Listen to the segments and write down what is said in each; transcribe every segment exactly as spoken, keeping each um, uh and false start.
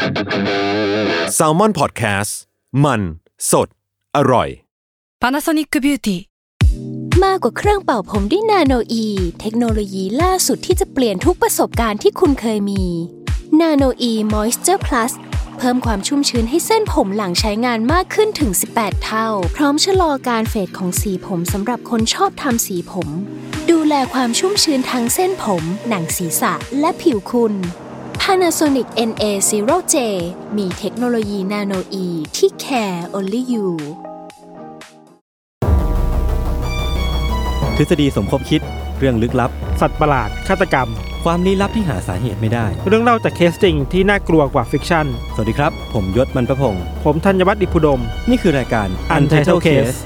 Salmon Podcast มันสดอร่อย Panasonic Beauty มากกว่าเครื่องเป่าผมด้วยนาโนอีเทคโนโลยีล่าสุดที่จะเปลี่ยนทุกประสบการณ์ที่คุณเคยมีนาโนอี Moisture Plus เพิ่มความชุ่มชื้นให้เส้นผมหลังใช้งานมากขึ้นถึงสิบแปดเท่าพร้อมชะลอการเฟดของสีผมสำหรับคนชอบทำสีผมดูแลความชุ่มชื้นทั้งเส้นผมหนังศีรษะและผิวคุณ Panasonic เอ็น เอ ศูนย์ เจ มีเทคโนโลยีนาโนอีที่ care only you ทฤษฎีสมคบคิดเรื่องลึกลับสัตว์ประหลาดฆาตกรรมความลี้ลับที่หาสาเหตุไม่ได้เรื่องเล่าจากเคสจริงที่น่ากลัวกว่าฟิกชั่นสวัสดีครับผมยศมันประพงษ์ผมธัญวัฒน์อิพุดมนี่คือรายการ Untitled Case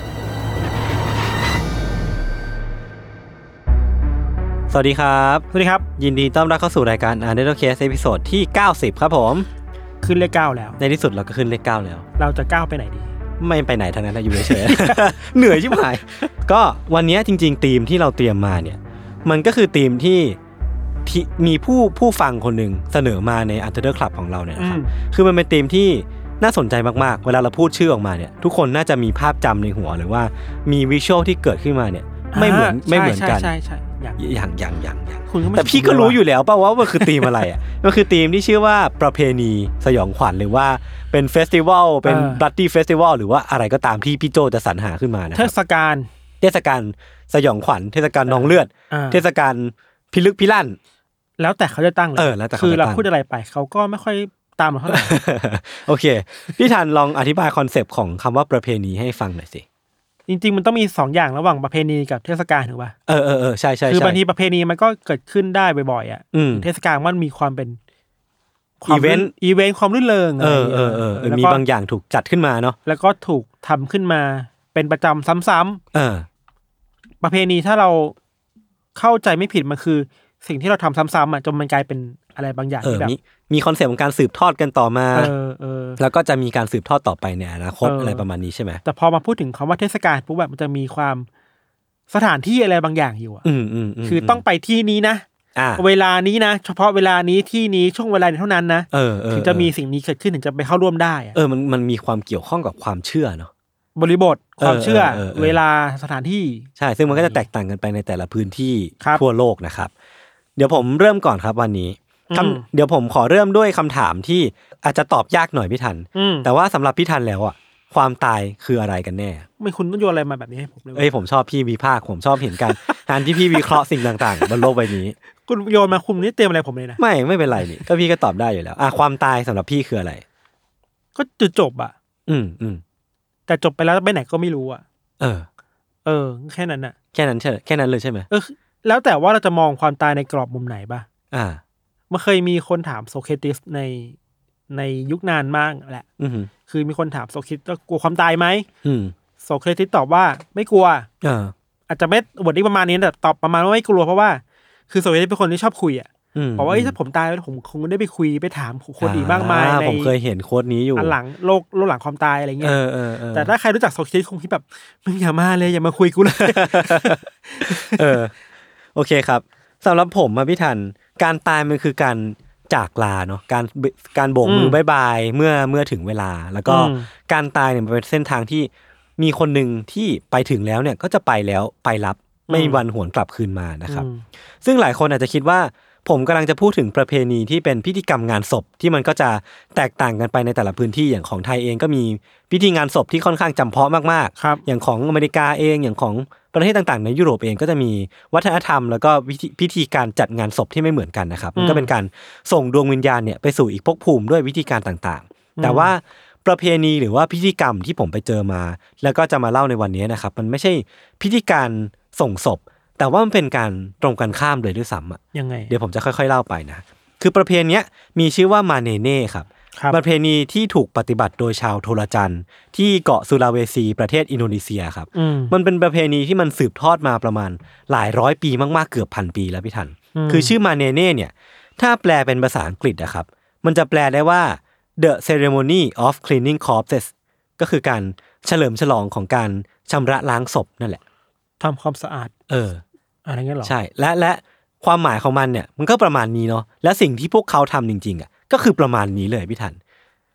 สวัสดีครับสวัสดีครับยินดีต้อนรับเข้าสู่รายการ Untitled Case เอพิโซดที่เก้าสิบครับผมขึ้นเลขเก้าแล้วในที่สุดเราก็ขึ้นเลขเก้าแล้วเราจะก้าวไปไหนดีไม่ไปไหนทั้งนั้นอยู่เฉยๆ เหนื่อยชิบหายก็วันนี้จริงๆธีมที่เราเตรียมมาเนี่ยมันก็คือธีมที่มีผู้ผู้ฟังคนหนึ่งเสนอมาใน Untitled Club ของเราเนี่ยนะครับคือมันเป็นธีมที่น่าสนใจมากๆเวลาเราพูดชื่อออกมาเนี่ยทุกคนน่าจะมีภาพจำในหัวหรือว่ามีวิชวลที่เกิดขึ้นมาเนี่ยไม่เหมือนไม่เหมือนกันใช่ใช่อย่างอย่างอย่างอย่างแต่พี่ก็รู้อยู่แล้วป่ะว่ามันคือธีมอะไรอ่ะมันคือธีมที่ชื่อว่าประเพณีสยองขวัญหรือว่าเป็นเฟสติวัลเป็นบลัดดี้เฟสติวัลหรือว่าอะไรก็ตามที่พี่โจจะสรรหาขึ้นมานะครับเทศกาลเทศกาลสยองขวัญเทศกาลนองเลือดเทศกาลพิลึกพิลั่นแล้วแต่เขาจะตั้งเลยเออแล้วแต่คือเราพูดอะไรไปเขาก็ไม่ค่อยตามเราเท่าไหร่โอเคพี่ธันลองอธิบายคอนเซปต์ของคำว่าประเพณีให้ฟังหน่อยสิจริงๆมันต้องมีสองอย่างระหว่างประเพณีกับเทศกาลถูกป่ะเออเออเออใช่ใช่คือบางทีประเพณีมันก็เกิดขึ้นได้บ่อยๆอ่ะเทศกาลมันมีความเป็นอีเวนต์อีเวนต์ความรื่นเริงเออเออเออมีบางอย่างถูกจัดขึ้นมาเนาะแล้วก็ถูกทำขึ้นมาเป็นประจำซ้ำๆเออประเพณีถ้าเราเข้าใจไม่ผิดมันคือสิ่งที่เราทำซ้ำๆอ่ะจนมันกลายเป็นอะไรบางอย่างที่แบบมีคอนเซ็ปต์ของการสืบทอดกันต่อมาเออเออแล้วก็จะมีการสืบทอดต่อไปในอนาคตอะไรประมาณนี้ใช่ไหมแต่พอมาพูดถึงคำว่าเทศกาลปุ๊บแบบมันจะมีความสถานที่อะไรบางอย่างอยู่อ่ะคือต้องไปที่นี้นะเวลานี้นะเฉพาะเวลานี้ที่นี้ช่วงเวลาเท่านั้นนะถึงจะมีสิ่งนี้เกิดขึ้นถึงจะไปเข้าร่วมได้เออมันมันมีความเกี่ยวข้องกับความเชื่อเนาะบริบทความเชื่อเวลาสถานที่ใช่ซึ่งมันก็จะแตกต่างกันไปในแต่ละพื้นที่ทั่วโลกนะครับเดี๋ยวผมเริ่มก่อนครับวันนี้เดี๋ยวผมขอเริ่มด้วยคำถามที่อาจจะตอบยากหน่อยพี่ทันแต่ว่าสำหรับพี่ทันแล้วอ่ะความตายคืออะไรกันแน่ไม่คุณต้องโยนอะไรมาแบบนี้ให้ผมเลยเอ้ยผมชอบพี่วิพากษ์ผมชอบเห็นการการที่พี่วิเคราะห์สิ่งต่างๆบนโลกใบนี้คุณโยนมาคุณนี่เตรียมอะไรผมเลยนะไม่ไม่เป็นไรนี่ก็พี่ก็ตอบได้อยู่แล้วอ่ะความตายสำหรับพี่คืออะไรก็จุดจบอ่ะอืมอืมแต่จบไปแล้วไปไหนก็ไม่รู้อ่ะเออเออแค่นั้นน่ะแค่นั้นใช่แค่นั้นเลยใช่ไหมเออแล้วแต่ว่าเราจะมองความตายในกรอบมุมไหนป่ะอ่ามันเคยมีคนถามโสเครติสในในยุคนานมากแหละคือมีคนถามโสเครติสว่ากลัวความตายไหมโสเครติสตอบว่าไม่กลัวอ่าอาจจะไม่บทนี้ประมาณนี้แต่ตอบประมาณว่าไม่กลัวเพราะว่าคือโสเครติสเป็นคนที่ชอบคุยอ่ะบอกว่าถ้าผมตายแล้วผมคงได้ไปคุยไปถามคนอีกมากมายในผมเคยเห็นโค้ดนี้อยู่อันหลังโลกโลกหลังความตายอะไรเงี้ยแต่ถ้าใครรู้จักโสเครติสคงคิดแบบมึงอย่ามาเลยอย่ามาคุยกูเลยเออโอเคครับสำหรับผมอ่ะพี่ทันการตายมันคือการจากลาเนาะการการโบกมือบายบายเมื่อเมื่อถึงเวลาแล้วก็การตายเนี่ยมันเป็นเส้นทางที่มีคนหนึ่งที่ไปถึงแล้วเนี่ยก็จะไปแล้วไปรับไม่มีวันหวนกลับคืนมานะครับซึ่งหลายคนอาจจะคิดว่าผมกำลังจะพูดถึงประเพณีที่เป็นพิธีกรรมงานศพที่มันก็จะแตกต่างกันไปในแต่ละพื้นที่อย่างของไทยเองก็มีพิธีงานศพที่ค่อนข้างจำเพาะมากๆอย่างของอเมริกาเองอย่างของประเทศต่างๆในยุโรปเองก็จะมีวัฒนธรรมแล้วก็พิธีการจัดงานศพที่ไม่เหมือนกันนะครับมันก็เป็นการส่งดวงวิญญาณเนี่ยไปสู่อีกภพภูมิด้วยวิธีการต่างๆแต่ว่าประเพณีหรือว่าพิธีกรรมที่ผมไปเจอมาแล้วก็จะมาเล่าในวันนี้นะครับมันไม่ใช่พิธีการส่งศพแต่ว่ามันเป็นการตรงกันข้ามเลยด้วยซ้ำอ่ะยังไงเดี๋ยวผมจะค่อยๆเล่าไปนะคือประเพณีนี้มีชื่อว่ามาเนเน่ครับประเพณีที่ถูกปฏิบัติโดยชาวโทรจันที่เกาะสุลาเวซีประเทศอินโดนีเซียครับมันเป็นประเพณีที่มันสืบทอดมาประมาณหลายร้อยปีมากๆเกือบพันปีแล้วพี่ทันคือชื่อมาเนเน่เนี่ยถ้าแปลเป็นภาษาอังกฤษนะครับมันจะแปลได้ว่า the ceremony of cleaning corpses ก็คือการเฉลิมฉลองของการชำระล้างศพนั่นแหละทำความสะอาดเอออะไรเงี้ยหรอใช่และและความหมายของมันเนี่ยมันก็ประมาณนี้เนาะและสิ่งที่พวกเขาทำจริงๆอ่ะก็คือประมาณนี้เลยพี่ทัน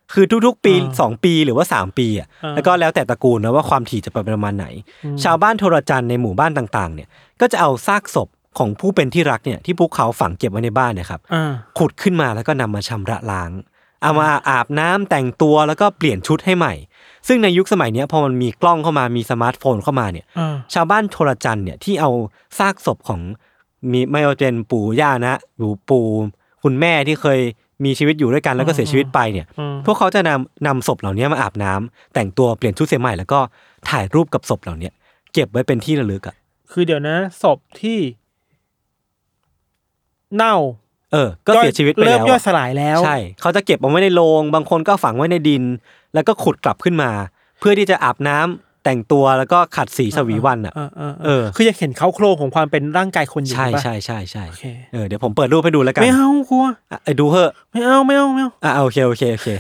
คือทุกๆปีสองปีหรือว่าสามปีอ่ะแล้วก็แล้วแต่ตระกูลนะว่าความถี่จะไปประมาณไหนชาวบ้านโทรจันทร์ในหมู่บ้านต่างๆเนี่ยก็จะเอาซากศพของผู้เป็นที่รักเนี่ยที่พวกเขาฝังเก็บไว้ในบ้านเนี่ยครับขุดขึ้นมาแล้วก็นำมาชำระล้างเอามาอาบน้ำแต่งตัวแล้วก็เปลี่ยนชุดให้ใหม่ซึ่งในยุคสมัยนี้พอมันมีกล้องเข้ามามีสมาร์ทโฟนเข้ามาเนี่ยชาวบ้านโทรจันทร์เนี่ยที่เอาซากศพของมีไม่ว่าเป็นปู่ย่านะหรือปู่คุณแม่ที่เคยมีชีวิตอยู่ด้วยกันแล้วก็เสียชีวิตไปเนี่ยพวกเขาจะนำนำศพเหล่านี้มาอาบน้ำแต่งตัวเปลี่ยนชุดเสียใหม่แล้วก็ถ่ายรูปกับศพเหล่านี้เก็บไว้เป็นที่ระลึกอ่ะคือเดี๋ยวนะศพที่เน่าเออก็เสียชีวิตไปแล้วเริ่มย่อยสลายแล้วใช่เขาจะเก็บเอาไว้ในโลงบางคนก็ฝังไว้ในดินแล้วก็ขุดกลับขึ้นมาเพื่อที่จะอาบน้ำแต่งตัวแล้วก็ขัดสีฉวีวันอ่ะเออคือยังเห็นเขาโครงของความเป็นร่างกายคนอยู่ใช่ใช่ใช่ใช่เออเดี๋ยวผมเปิดรูปให้ดูแล้วกันไม่เอากลัวไอ้ดูเหอะไม่เอาไม่เอาไม่เอาอ่ะโอเคโอเคโอเค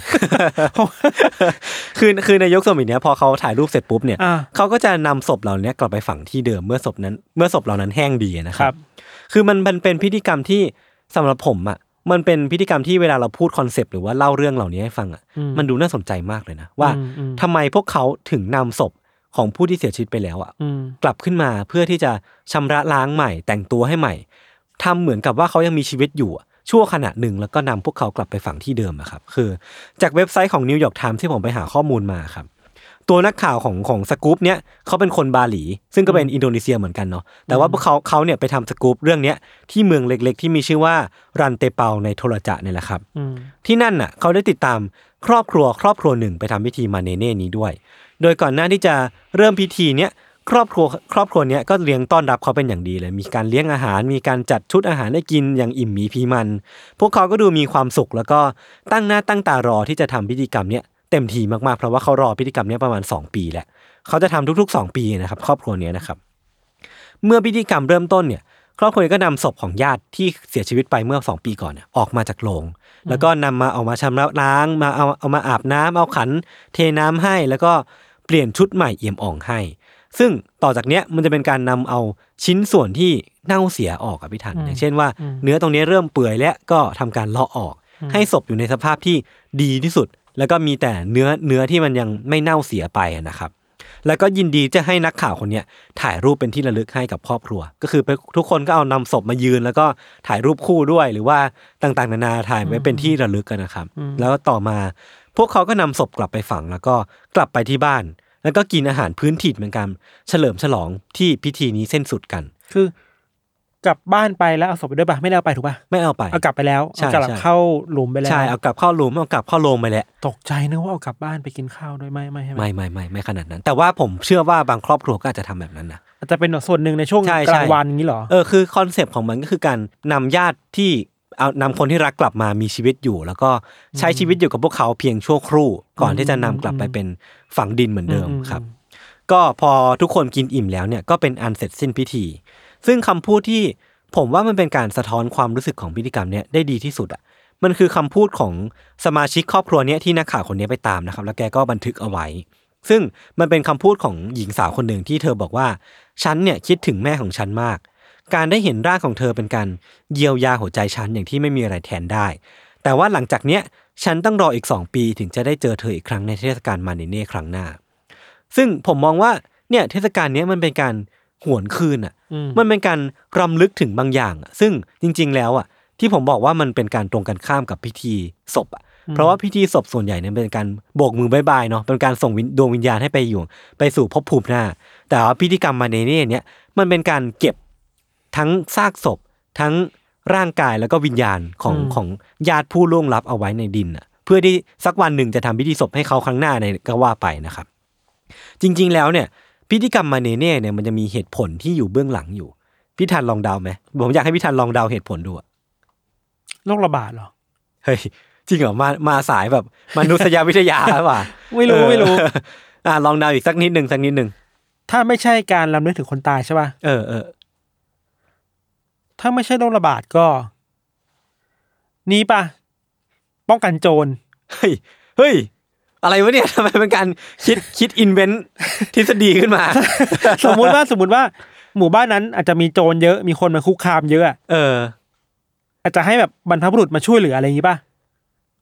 คือคือในยุคสมัยนี้พอเขาถ่ายรูปเสร็จปุ๊บเนี่ยเขาก็จะนำศพเหล่านี้กลับไปฝังที่เดิมเมื่อศพนั้นเมื่อศพเหล่านั้นแห้งดีนะครับคือมันมันเป็นพิธีกรรมที่สำหรับผมอ่ะมันเป็นพิธีกรรมที่เวลาเราพูดคอนเซปต์หรือว่าเล่าเรื่องเหล่านี้ให้ฟังอ่ะมันดูน่าสนใจมากเลยนะว่าทำไมพวกเขาถึงนำศพของผู้ที่เสียชีวิตไปแล้วอ่ะกลับขึ้นมาเพื่อที่จะชำระล้างใหม่แต่งตัวให้ใหม่ทำเหมือนกับว่าเขายังมีชีวิตอยู่ชั่วขณะหนึ่งแล้วก็นำพวกเขากลับไปฝังที่เดิมอะครับคือจากเว็บไซต์ของ New York Times ที่ผมไปหาข้อมูลมาครับตัวนักข่าวของของสกู๊ปเนี้ยเขาเป็นคนบาหลีซึ่งก็เป็นอินโดนีเซียเหมือนกันเนาะแต่ว่าพวกเขาเขาเนี่ยไปทำสกู๊ปเรื่องเนี้ยที่เมืองเล็กๆที่มีชื่อว่ารันเตเปาในโทรจะเนี่ยแหละครับที่นั่นน่ะเขาได้ติดตามครอบครัวครอบครัวหนึ่งไปทำพิธีมาเนเน่นี้ด้วยโดยก่อนหน้าที่จะเริ่มพิธีเนี้ยครอบครัวครอบครัวเนี้ยก็เลี้ยงต้อนรับเขาเป็นอย่างดีเลยมีการเลี้ยงอาหารมีการจัดชุดอาหารให้กินอย่างอิ่มหมีพีมันพวกเขาก็ดูมีความสุขแล้วก็ตั้งหน้าตั้งตารอที่จะทำพิธีกรรมเนี้ยเต็มทีมากๆเพราะว่าเขารอพิธีกรรมนี้ประมาณสองปีแหละเขาจะทำทุกๆสองปีนะครับครอบครัวนี้นะครับเมื่อพิธีกรรมเริ่มต้นเนี่ยครอบครัวก็นำศพของญาติที่เสียชีวิตไปเมื่อสองปีก่อนเนี่ยออกมาจากโลงแล้วก็นำมาเอามาชำระล้างมาเอาเอามาอาบน้ำเอาขันเทน้ำให้แล้วก็เปลี่ยนชุดใหม่เอี่ยมอ่องให้ซึ่งต่อจากเนี้ยมันจะเป็นการนำเอาชิ้นส่วนที่เน่าเสียออกกับพี่ทันอย่างเช่นว่าเนื้อตรงนี้เริ่มเปื่อยแล้วก็ทำการเลาะออกให้ศพอยู่ในสภาพที่ดีที่สุดแล้วก็มีแต่เนื้อเนื้อที่มันยังไม่เน่าเสียไปนะครับแล้วก็ยินดีจะให้นักข่าวคนนี้ถ่ายรูปเป็นที่ระลึกให้กับครอบครัวก็คือทุกคนก็เอานำศพมายืนแล้วก็ถ่ายรูปคู่ด้วยหรือว่าต่างๆนานาถ่ายไว้เป็นที่ระลึกกันนะครับแล้วต่อมาพวกเขาก็นำศพกลับไปฝังแล้วก็กลับไปที่บ้านแล้วก็กินอาหารพื้นถิ่นเหมือนกันเฉลิมฉลองที่พิธีนี้สิ้นสุดกันคือกลับบ้านไปแล้วเอาศพไปด้วยป่ะไม่ได้เอาไปถูกป่ะไม่เอาไปเอากลับไปแล้วเอากลับเข้าหลุมไปแล้วใช่เอากลับเข้าหลุมเอากลับเข้าโลงไปแล้วตกใจนึกว่าเอากลับบ้านไปกินข้าวด้วยไม่ไม่ใช่ไหมไม่ไม่ไม่ไม่ขนาดนั้นแต่ว่าผมเชื่อว่าบางครอบครัวก็อาจจะทำแบบนั้นนะอาจจะเป็นส่วนหนึ่งในช่วงกลางวันอย่างนี้หรอเออคือคอนเซปต์ของมันก็คือการนำญาติที่เอานำคนที่รักกลับมามีชีวิตอยู่แล้วก็ใช้ชีวิตอยู่กับพวกเขาเพียงชั่วครู่ก่อนที่จะนำกลับไปเป็นฝังดินเหมือนเดิมครับก็พอทุกคนกินอิ่มแล้วเนี่ยก็เป็นอันเสร็จสิ้นพิธีซึ่งคำพูดที่ผมว่ามันเป็นการสะท้อนความรู้สึกของพิธีกรรมเนี้ยได้ดีที่สุดอ่ะมันคือคำพูดของสมาชิกครอบครัวเนี้ยที่นักข่าวคนนี้ไปตามนะครับแล้วแกก็บันทึกเอาไว้ซึ่งมันเป็นคำพูดของหญิงสาวคนหนึ่งที่เธอบอกว่าฉันเนี่ยคิดถึงแม่ของฉันมากการได้เห็นร่างของเธอเป็นการเยียวยาหัวใจฉันอย่างที่ไม่มีอะไรแทนได้แต่ว่าหลังจากเนี้ยฉันต้องรออีกสองปีถึงจะได้เจอเธออีกครั้งในเทศกาลมาเนเน่ครั้งหน้าซึ่งผมมองว่าเนี่ยเทศกาลนี้มันเป็นการหวนคืนอ่ะมันเป็นการรำลึกถึงบางอย่างอ่ะซึ่งจริงๆแล้วอ่ะที่ผมบอกว่ามันเป็นการตรงกันข้ามกับพิธีศพอ่ะเพราะว่าพิธีศพส่วนใหญ่เนี่ยเป็นการโบกมือบายบายเนาะเป็นการส่งดวงวิญญาณให้ไปอยู่ไปสู่ภพภูมิหน้าแต่ว่าพิธีกรรมมาเนเน่เนี่ยมันเป็นการเก็บทั้งซากศพทั้งร่างกายแล้วก็วิญญาณของของญาติผู้ล่วงลับเอาไว้ในดินอ่ะเพื่อที่สักวันหนึ่งจะทำพิธีศพให้เขาครั้งหน้าในก็ว่าไปนะครับจริงๆแล้วเนี่ยพิธีกรรมมาเนเน่เนี่ยมันจะมีเหตุผลที่อยู่เบื้องหลังอยู่พี่ทันลองเดาไหมผมอยากให้พี่ทันลองเดาเหตุผลดูอะโรคระบาดเหรอเฮ้ยจริงเหรอมามาสายแบบมนุษยวิทยาหรือเปล่าไม่รู้ไม่รู้อ่าลองเดาอีกสักนิดนึงสักนิดนึงถ้าไม่ใช่การรำลึกถึงคนตายใช่ป่ะเออเออถ้าไม่ใช่โรคระบาดก็นี้ป่ะป้องกันโจรเฮ้ยเฮ้ยอะไรวะเนี่ยทำไมเป็นการคิดคิดอินเวนต์ทฤษฎีขึ้นมาสมมุติว่าสมมุติว่าหมู่บ้านนั้นอาจจะมีโจรเยอะมีคนมาคุกคามเยอะเอออาจจะให้แบบบรรพบุรุษมาช่วยเหลืออะไรอย่างงี้ป่ะ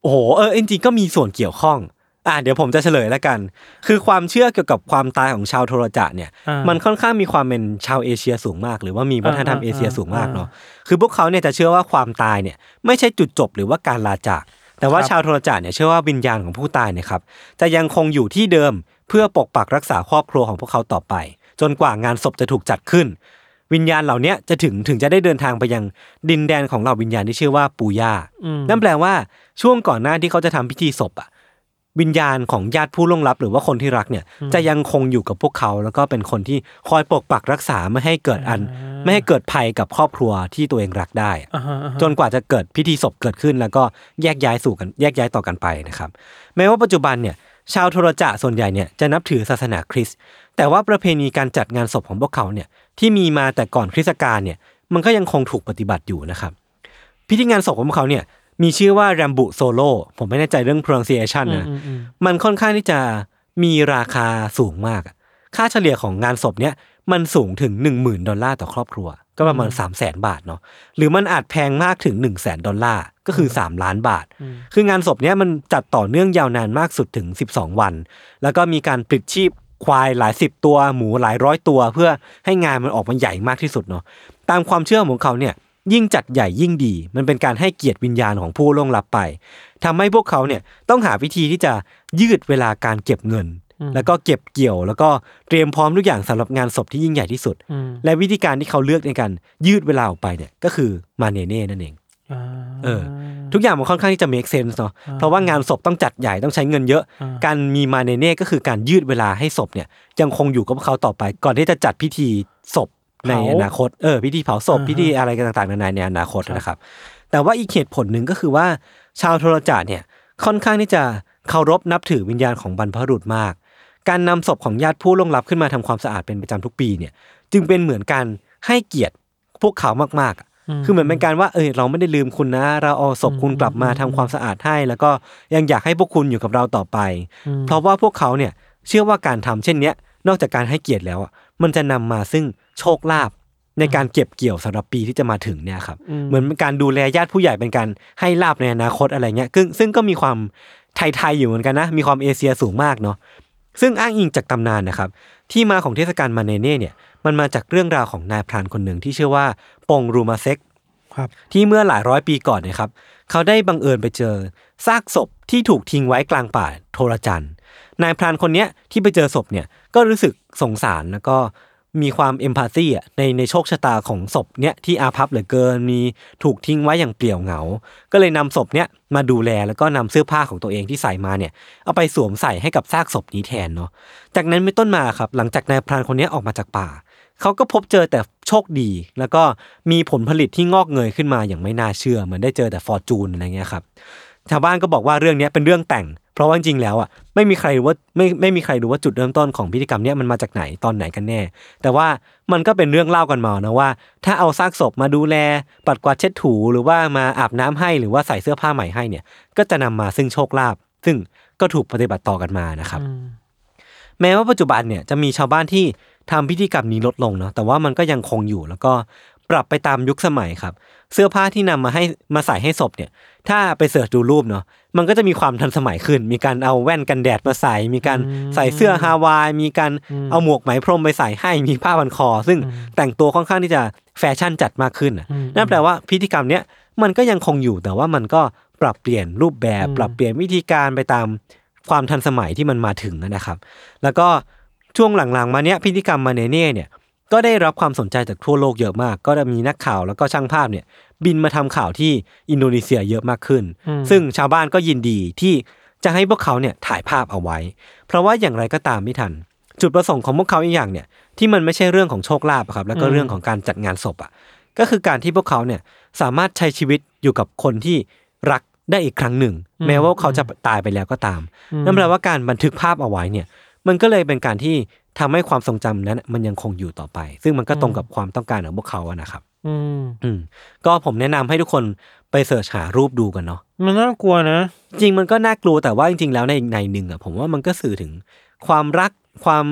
โอ้โหเออจริงๆก็มีส่วนเกี่ยวข้องอ่ะเดี๋ยวผมจะเฉลยแล้วกันคือความเชื่อเกี่ยวกับความตายของชาวโทรจะเนี่ยมันค่อนข้างมีความเป็นชาวเอเชียสูงมากหรือว่ามีวัฒนธรรมเอเชียสูงมากเนาะคือพวกเขาเนี่ยจะเชื่อว่าความตายเนี่ยไม่ใช่จุดจบหรือว่าการลาจากแต่ว่าชาวโทรจะเนี่ยเชื่อว่าวิญญาณของผู้ตายเนี่ยครับจะยังคงอยู่ที่เดิมเพื่อปกปักรักษาครอบครัวของพวกเขาต่อไปจนกว่างานศพจะถูกจัดขึ้นวิญญาณเหล่านี้จะถึงถึงจะได้เดินทางไปยังดินแดนของเหล่าวิญญาณที่ชื่อว่าปูย่านั่นแปลว่าช่วงก่อนหน้าที่เขาจะทำพิธีศพอ่ะวิญญาณของญาติผู้ล่วงลับหรือว่าคนที่รักเนี่ยจะยังคงอยู่กับพวกเขาแล้วก็เป็นคนที่คอยปกปักรักษาไม่ให้เกิดอันไม่ให้เกิดภัยกับครอบครัวที่ตัวเองรักได้จนกว่าจะเกิดพิธีศพเกิดขึ้นแล้วก็แยกย้ายสู่กันแยกย้ายต่อกันไปนะครับแม้ว่าปัจจุบันเนี่ยชาวโทรจะส่วนใหญ่เนี่ยจะนับถือศาสนาคริสต์แต่ว่าประเพณีการจัดงานศพของพวกเขาเนี่ยที่มีมาแต่ก่อนคริสต์กาลเนี่ยมันก็ยังคงถูกปฏิบัติอยู่นะครับพิธีงานศพของพวกเขาเนี่ยมีชื่อว่าแรมบุโซโลผมไม่แน่ใจเรื่อง pronunciation นะมันค่อนข้างที่จะมีราคาสูงมากค่าเฉลี่ยของงานศพเนี่ยมันสูงถึง หนึ่งหมื่น ดอลลาร์ต่อครอบครัวก็ประมาณ สามแสน บาทเนาะหรือมันอาจแพงมากถึง หนึ่งแสน ดอลลาร์ก็คือสามล้านบาทคืองานศพเนี้ยมันจัดต่อเนื่องยาวนานมากสุดถึงสิบสองวันแล้วก็มีการปลิดชีพควายหลายสิบตัวหมูหลายร้อยตัวเพื่อให้งานมันออกมาใหญ่มากที่สุดเนาะตามความเชื่อของเขาเนี่ยยิ่งจัดใหญ่ยิ่งดีมันเป็นการให้เกียรติวิญญาณของผู้ล่วงลับไปทำให้พวกเขาเนี่ยต้องหาวิธีที่จะยืดเวลาการเก็บเงินแล้วก็เก็บเกี่ยวแล้วก็เตรียมพร้อมทุกอย่างสำหรับงานศพที่ยิ่งใหญ่ที่สุดและวิธีการที่เขาเลือกในการยืดเวลาออกไปเนี่ยก็คือมาเนเน่นั่นเองเออทุกอย่างมันค่อนข้างที่จะ make sense เนาะเพราะว่างานศพต้องจัดใหญ่ต้องใช้เงินเยอะการมีมาเนเน่ก็คือการยืดเวลาให้ศพเนี่ยยังคงอยู่กับพวกเขาต่อไปก่อนที่จะจัดพิธีศพในอนาคตเออพิธีเผาศพพิธีอะไรต่างๆนานาในอนาคตนะครับแต่ว่าอีกเหตุผลหนึ่งก็คือว่าชาวโทรจะเนี่ยค่อนข้างที่จะเคารพนับถือวิญญาณของบรรพบุรุษมากการนำศพของญาติผู้ล่วงลับขึ้นมาทำความสะอาดเป็นประจำทุกปีเนี่ยจึงเป็นเหมือนการให้เกียรติพวกเขามากๆคือเหมือนเป็นการว่าเออเราไม่ได้ลืมคุณนะเราเอาศพคุณกลับมาทำความสะอาดให้แล้วก็ยังอยากให้พวกคุณอยู่กับเราต่อไปเพราะว่าพวกเขาเนี่ยเชื่อว่าการทำเช่นเนี้ยนอกจากการให้เกียรติแล้วอ่ะมันจะนำมาซึ่งโชคลาภในการเก็บเกี่ยวสำหรับปีที่จะมาถึงเนี่ยครับเหมือนเป็นการดูแลญาติผู้ใหญ่เป็นการให้ลาภในอนาคตอะไรเงี้ยซึ่งซึ่งก็มีความไทยๆอยู่เหมือนกันนะมีความเอเชียสูงมากเนาะซึ่งอ้างอิงจากตำนานนะครับที่มาของเทศกาลมาเนเน่เนี่ยมันมาจากเรื่องราวของนายพรานคนหนึ่งที่ชื่อว่าปงรูมาเซ็กที่เมื่อหลายร้อยปีก่อนนะครับเขาได้บังเอิญไปเจอซากศพที่ถูกทิ้งไว้กลางป่าโทรจันทร์นายพรานคนเนี้ยที่ไปเจอศพเนี่ยก็รู้สึกสงสารแล้วก็มีความเอมพาธีอ่ะในในโชคชะตาของศพเนี้ยที่อาภัพเหลือเกินมีถูกทิ้งไว้อย่างเปลี่ยวเหงาก็เลยนำศพเนี้ยมาดูแลแล้วก็นำเสื้อผ้าของตัวเองที่ใส่มาเนี่ยเอาไปสวมใส่ให้กับซากศพนี้แทนเนาะจากนั้นเป็นต้นมาครับหลังจากนายพรานคนนี้ออกมาจากป่าเขาก็พบเจอแต่โชคดีแล้วก็มีผลผลิตที่งอกเงยขึ้นมาอย่างไม่น่าเชื่อเหมือนได้เจอแต่ฟอร์จูนอะไรเงี้ยครับชาวบ้านก็บอกว่าเรื่องนี้เป็นเรื่องแต่งเพราะว่าจริงๆแล้วอ่ะไม่มีใครรู้ว่าไม่ไม่มีใครรู้ว่าจุดเริ่มต้นของพิธีกรรมเนี้ยมันมาจากไหนตอนไหนกันแน่แต่ว่ามันก็เป็นเรื่องเล่ากันมานะว่าถ้าเอาซากศพมาดูแลปัดกวาดเช็ดถูหรือว่ามาอาบน้ำให้หรือว่าใส่เสื้อผ้าใหม่ให้เนี่ยก็จะนำมาซึ่งโชคลาภซึ่งก็ถูกปฏิบัติต่อกันมานะครับแม้ว่าปัจจุบันเนี่ยจะมีชาวบ้านที่ทำพิธีกรรมนี้ลดลงเนาะแต่ว่ามันก็ยังคงอยู่แล้วก็ปรับไปตามยุคสมัยครับเสื้อผ้าที่นำมาให้มาใส่ให้ศพเนี่ยถ้าไปเสิร์ชดูรูปเนาะมันก็จะมีความทันสมัยขึ้นมีการเอาแว่นกันแดดมาใส่มีการใส่เสื้อฮาวายมีการเอาหมวกไหมพรมไปใส่ให้มีผ้าพันคอซึ่งแต่งตัวค่อนข้างที่จะแฟชั่นจัดมากขึ้นนั่นแปลว่าพิธีกรรมเนี้ยมันก็ยังคงอยู่แต่ว่ามันก็ปรับเปลี่ยนรูปแบบปรับเปลี่ยนวิธีการไปตามความทันสมัยที่มันมาถึงนะครับแล้วก็ช่วงหลังๆมาเนี้ยพิธีกรรมมาเนเน่เนี่ยก็ได้รับความสนใจจากทั่วโลกเยอะมากก็จะมีนักข่าวแล้วก็ช่างภาพเนี่ยบินมาทำข่าวที่อินโดนีเซียเยอะมากขึ้นซึ่งชาวบ้านก็ยินดีที่จะให้พวกเขาเนี่ยถ่ายภาพเอาไว้เพราะว่าอย่างไรก็ตามไม่ทันจุดประสงค์ของพวกเขาอีกอย่างเนี่ยที่มันไม่ใช่เรื่องของโชคลาภครับแล้วก็เรื่องของการจัดงานศพอ่ะก็คือการที่พวกเขาเนี่ยสามารถใช้ชีวิตอยู่กับคนที่รักได้อีกครั้งหนึ่งแม้ว่าเขาจะตายไปแล้วก็ตามนั่นแปลว่าการบันทึกภาพเอาไว้เนี่ยมันก็เลยเป็นการที่ทำให้ความทรงจำนั้นมันยังคงอยู่ต่อไปซึ่งมันก็ตรงกับความต้องการของพวกเขาอะนะครับอืมอืมก็ผมแนะนำให้ทุกคนไปเสิร์ชหารูปดูกันเนาะมันน่ากลัวนะจริงมันก็น่ากลัวแต่ว่าจริงๆแล้วในในหนึ่งอะผมว่ามันก็สื่อถึงความรักความ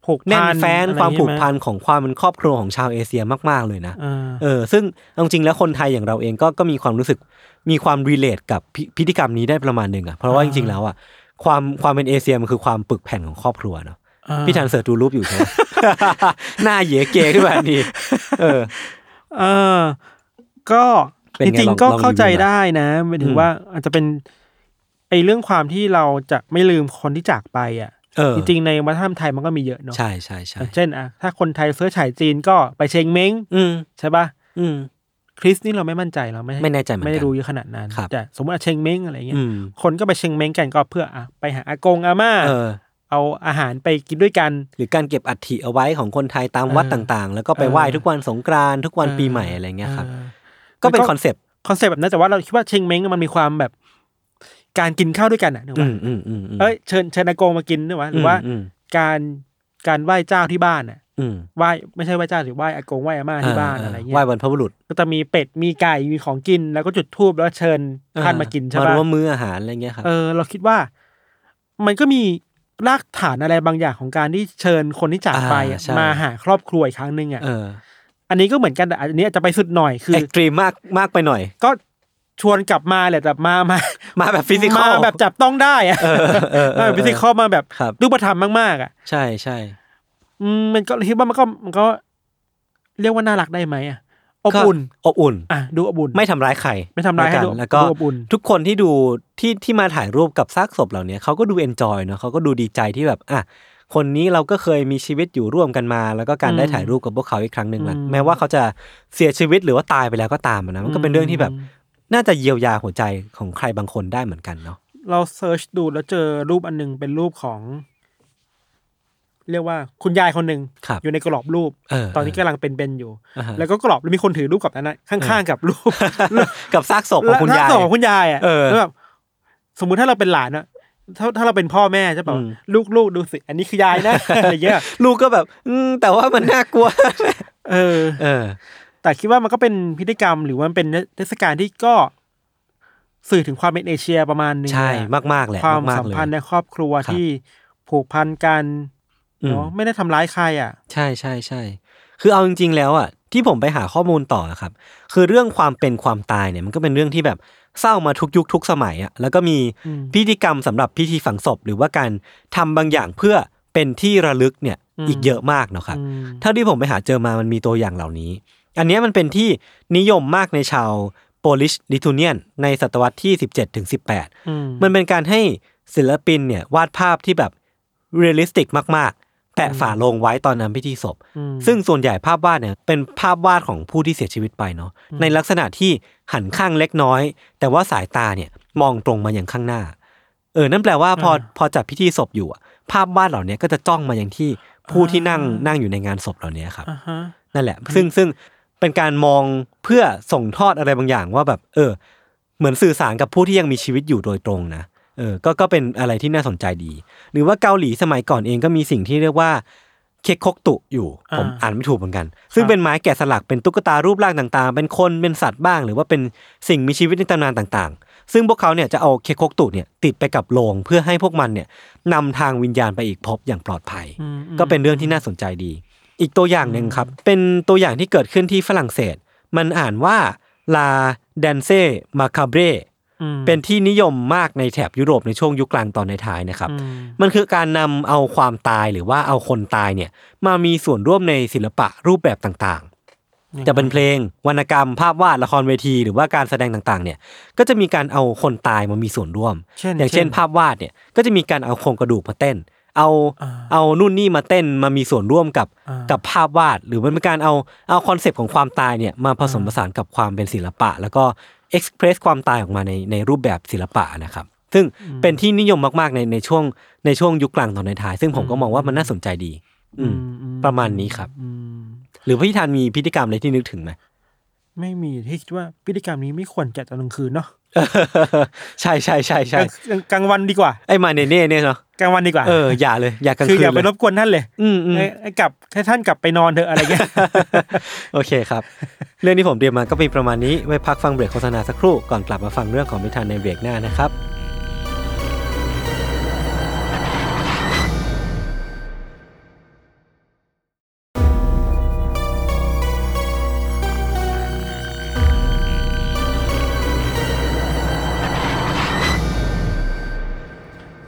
ผูกแน่พันนแฟ้นอะไรความผูกใช่ไหพันของความเป็นครอบครัวของชาวเอเชียมากๆเลยนะเออเออซึ่งเอาจริงแล้วคนไทยอย่างเราเองก็ก็มีความรู้สึกมีความรีเลทกับพิพิธีกรรมนี้ได้ประมาณหนึ่งอ่ะเพราะว่าจริงๆแล้วอ่ะความความเป็นเอเชียมันคือความปึกแผ่นของครอบครัวเนาะพี่ทันเสิร์ชดูรูปอยู่ใช่ไหม หน้าเหยเกขึ้นมาดีเออเออก็เป็นจไงริงลองๆก็ลองเข้าใจรีวิวหน่อยได้นะหมายถึอืงมว่าอาจจะเป็นไอ้เรื่องความที่เราจะไม่ลืมคนที่จากไปอ่ะเออจริงๆในวัฒนธรรมไทยมันก็มีเยอะเนาะใช่ใช่ใช่อย่างเช่นอ่ะถ้าคนไทยเชื้อสายจีนก็ไปเชงเม้งอืมใช่ป่ะอืมคริสนี่เราไม่มั่นใจเราไม่ไม่แน่ใจเหมือนกันไม่ได้รู้เยอะขนาดนั้นครับแต่สมมติอ่ะเชงเม้งอะไรเงี้อืยมคนก็ไปเชงเม้งกันก็เพื่ออ่ะไปหาอากงอาม่าเออเอาอาหารไปกินด้วยกันหรือการเก็บอัฐิเอาไว้ของคนไทยตามวัดเออต่างๆ แล้วก็ไปเออไหว้ทุกวันสงกรานต์ทุกวันเออปีใหม่อะไรเงี้ยครับเออก็เป็นมันก็คอนเซปต์คอนเซ็ปต์แบบนั้นแต่ว่าเราคิดว่าเชงเม้งมันมีความแบบการกินข้าวด้วยกันอ่ะนึกอืว่ามอืมอืมอืมเอ้ยเชิญเชิญอากงมากินด้วยวะหรือว่าอืมการการไหว้เจ้าที่บ้านอ่ะอืมไหว้ไม่ใช่ไหว้เจ้าหรือไหว้อากงไหว้อาม่าที่บ้านอะไรเงี้ไหว้ยบรรพบุรุษก็จะมีเป็ดมีไก่มีของกินแล้วก็จุดธูปแล้วเชิญท่านมากินใช่มาปะร่วมมื้ออาหารอะไรเงี้ยครับเออเราคิดว่ามันก็มีรากฐานอะไรบางอย่างของการที่เชิญคนที่จากไปอะอ่าใช่มาหาครอบครัวอีกครั้งหนึ่งอ่ะเอออันนี้ก็เหมือนกันแต่อันนี้อาจจะไปสุดหน่อยคือเอ็กตรีมมากมากไปหน่อยก็ชวนกลับมาแหละแต่มามามาแบบฟิสิคอมาลแบบจับต้องได้อะเออเออเออมาแบบฟิสิคอลมาแบบครับรูปธรรมมากๆอ่ะใช่ใช่อืมมันก็คิดว่ามันก็มันก็เรียกว่าน่ารักได้ไหมอ่ะอบอุ่นก็อบอุ่นอ่ะดูอบอุ่นไม่ทำร้ายใครไม่ทำร้ายให้แล้วดูกันแล้วก็ดูอบอุ่นทุกคนที่ดูที่ที่มาถ่ายรูปกับซากศพเหล่านี้เขาก็ดูเอนจอยเนาะเขาก็ดูดีใจที่แบบอ่ะคนนี้เราก็เคยมีชีวิตอยู่ร่วมกันมา แล้วก็การได้ถ่ายรูปกับพวกเขาอีกครั้งหนึ่งแหละแม้ว่าเขาจะเสียชีวิตหรือว่าตายไปแล้วก็ตามนะมันก็เป็นเรื่องที่แบบน่าจะเยียวยาหัวใจของใครบางคนได้เหมือนกันเนาะเราเซิร์ชดูแล้วเจอรูปอันหนึงเป็นรูปของ เรียกว่าคุณยายคนหนึ่งครับอยู่ในกรอบรูปเออตอนนี้กำลังเป็นๆอยู่อ่าฮะแล้วก็กรอบแล้วมีคนถือรูปกับนั้นนะข้างๆกับรูปกับซากศพของคุณยายแล้วของคุณยายอ่ะเออแล้วแบบสมมุติถ้าเราเป็นหลานอะถ้าถ้าเราเป็นพ่อแม่ใช่ป่ะอืมลูกๆดูสิอันนี้คือยายนะ อะไรเงี้ยลูกก็แบบอืมแต่ว่ามันน่ากลัวเออเออแต่คิดว่ามันก็เป็นพิธีกรรมหรือว่ามันเป็นเทศกาลที่ก็สื่อถึงความเป็นเอเชียประมาณนึงใช่อะมากๆแหละความมากๆสัมพันธ์เลยในครอบครัวครับที่ผูกพันกันอืมเนาะไม่ได้ทำร้ายใครอ่ะใช่ใช่ใช่คือเอาจริงๆแล้วอ่ะที่ผมไปหาข้อมูลต่อครับคือเรื่องความเป็นความตายเนี่ยมันก็เป็นเรื่องที่แบบเศร้ามาทุกยุคทุกสมัยอ่ะแล้วก็มีอืมพิธีกรรมสำหรับพิธีฝังศพหรือว่าการทำบางอย่างเพื่อเป็นที่ระลึกเนี่ยอืมอีกเยอะมากเนาะครับอืมเท่าที่ผมไปหาเจอมามันมีตัวอย่างเหล่านี้ อันเนี้ยมันเป็นที่นิยมมากในชาวโปลิชลิทูเนียนในศตวรรษที่สิบเจ็ดถึงสิบแปดอืมมันเป็นการให้ศิลปินเนี่ยวาดภาพที่แบบเรียลลิสติกมากๆแปะฝาโลงไว้ตอนนำพิธีศพอืมซึ่งส่วนใหญ่ภาพวาดเนี่ยเป็นภาพวาดของผู้ที่เสียชีวิตไปเนาะในลักษณะที่หันข้างเล็กน้อย แต่ว่าสายตาเนี่ยมองตรงมาอย่างข้างหน้า เออนั่นแปลว่าพอพอจัดพิธีศพอยู่อะภาพวาดเหล่านี้ก็จะจ้องมาอย่างที่ผู้ที่นั่งนั่งอยู่ในงานศพเหล่านี้ครับอ่าฮะนั่นแหละ ซึ่งซึ่งเป็นการมองเพื่อส่งทอดอะไรบางอย่างว่าแบบ เออ เหมือนสื่อสารกับผู้ที่ยังมีชีวิตอยู่โดยตรงนะ เออ ก็ก็เป็นอะไรที่น่าสนใจดี หรือว่าเกาหลีสมัยก่อนเองก็มีสิ่งที่เรียกว่าเคคกตุอยู่ ผมอ่านไม่ถูกเหมือนกัน ซึ่งเป็นไม้แกะสลักเป็นตุ๊กตารูปร่างต่างๆ เป็นคนเป็นสัตว์บ้าง หรือว่าเป็นสิ่งมีชีวิตในตำนานต่างๆ ซึ่งพวกเขาเนี่ยจะเอาเคคกตุเนี่ยติดไปกับโลงเพื่อให้พวกมันเนี่ยนำทางวิญญาณไปอีกภพอย่างปลอดภัยอืมอืมก็เป็นเรื่องที่น่าสนใจดี อีกตัวอย่างหนึ่งครับ เป็นตัวอย่างที่เกิดขึ้นที่ฝรั่งเศส มันอ่านว่าลาแดนเซ่มาคาเบรอืมเป็นที่นิยมมากในแถบยุโรปในช่วงยุคกลางตอนในท้ายนะครับอืมมันคือการนำเอาความตายหรือว่าเอาคนตายเนี่ยมามีส่วนร่วมในศิลปะรูปแบบต่างๆ จะเป็นเพลงวรรณกรรมภาพวาดละครเวทีหรือว่าการแสดงต่างๆเนี่ยก็จะมีการเอาคนตายมามีส่วนร่วมเช่นอย่างเช่นภาพวาดเนี่ยก็จะมีการเอาโครงกระดูกมาเต้น เอาอ่าเอานู่นนี่มาเต้นมามีส่วนร่วมกับอ่ากักับภาพวาด หรือมันเป็นการเอาเอาคอนเซปต์ของความตายเนี่ยมาผสมผสานกับความเป็นศิลปะ แล้วก็เอ็กซ์เพรสความตายออกมาในในรูปแบบศิลปะนะครับซึ่งเป็นที่นิยมมากๆในในช่วงในช่วงยุคกลางตอนในท้ายซึ่งผมก็มองว่ามันน่าสนใจดี อืมอืมประมาณนี้ครับอืมหรือพี่ธานมีพิธีกรรมอะไรที่นึกถึงไหมไม่มีที่คิดว่าพิธีกรรมนี้ไม่ควรจัดตอนกลางคืนเนาะใช่ใช่ใช่ใช่กลางกลางวันดีกว่าไอ้มาเนเน่เนี่ยเนาะกลางวันดีกว่าเอออย่าเลยอย่ากลางคือคืนอย่าไปเลยรบกวนท่านเลยอืมอืมให้ให้กลับให้ท่านกลับไปนอนเถอะอะไรเงี้ยโอเคครับ เรื่องที่ผมเตรียมมาก็เป็นประมาณนี้ไว้พักฟังเบรกโฆษณาสักครู่ก่อนกลับมาฟังเรื่องของพิธานในเบรกหน้านะครับ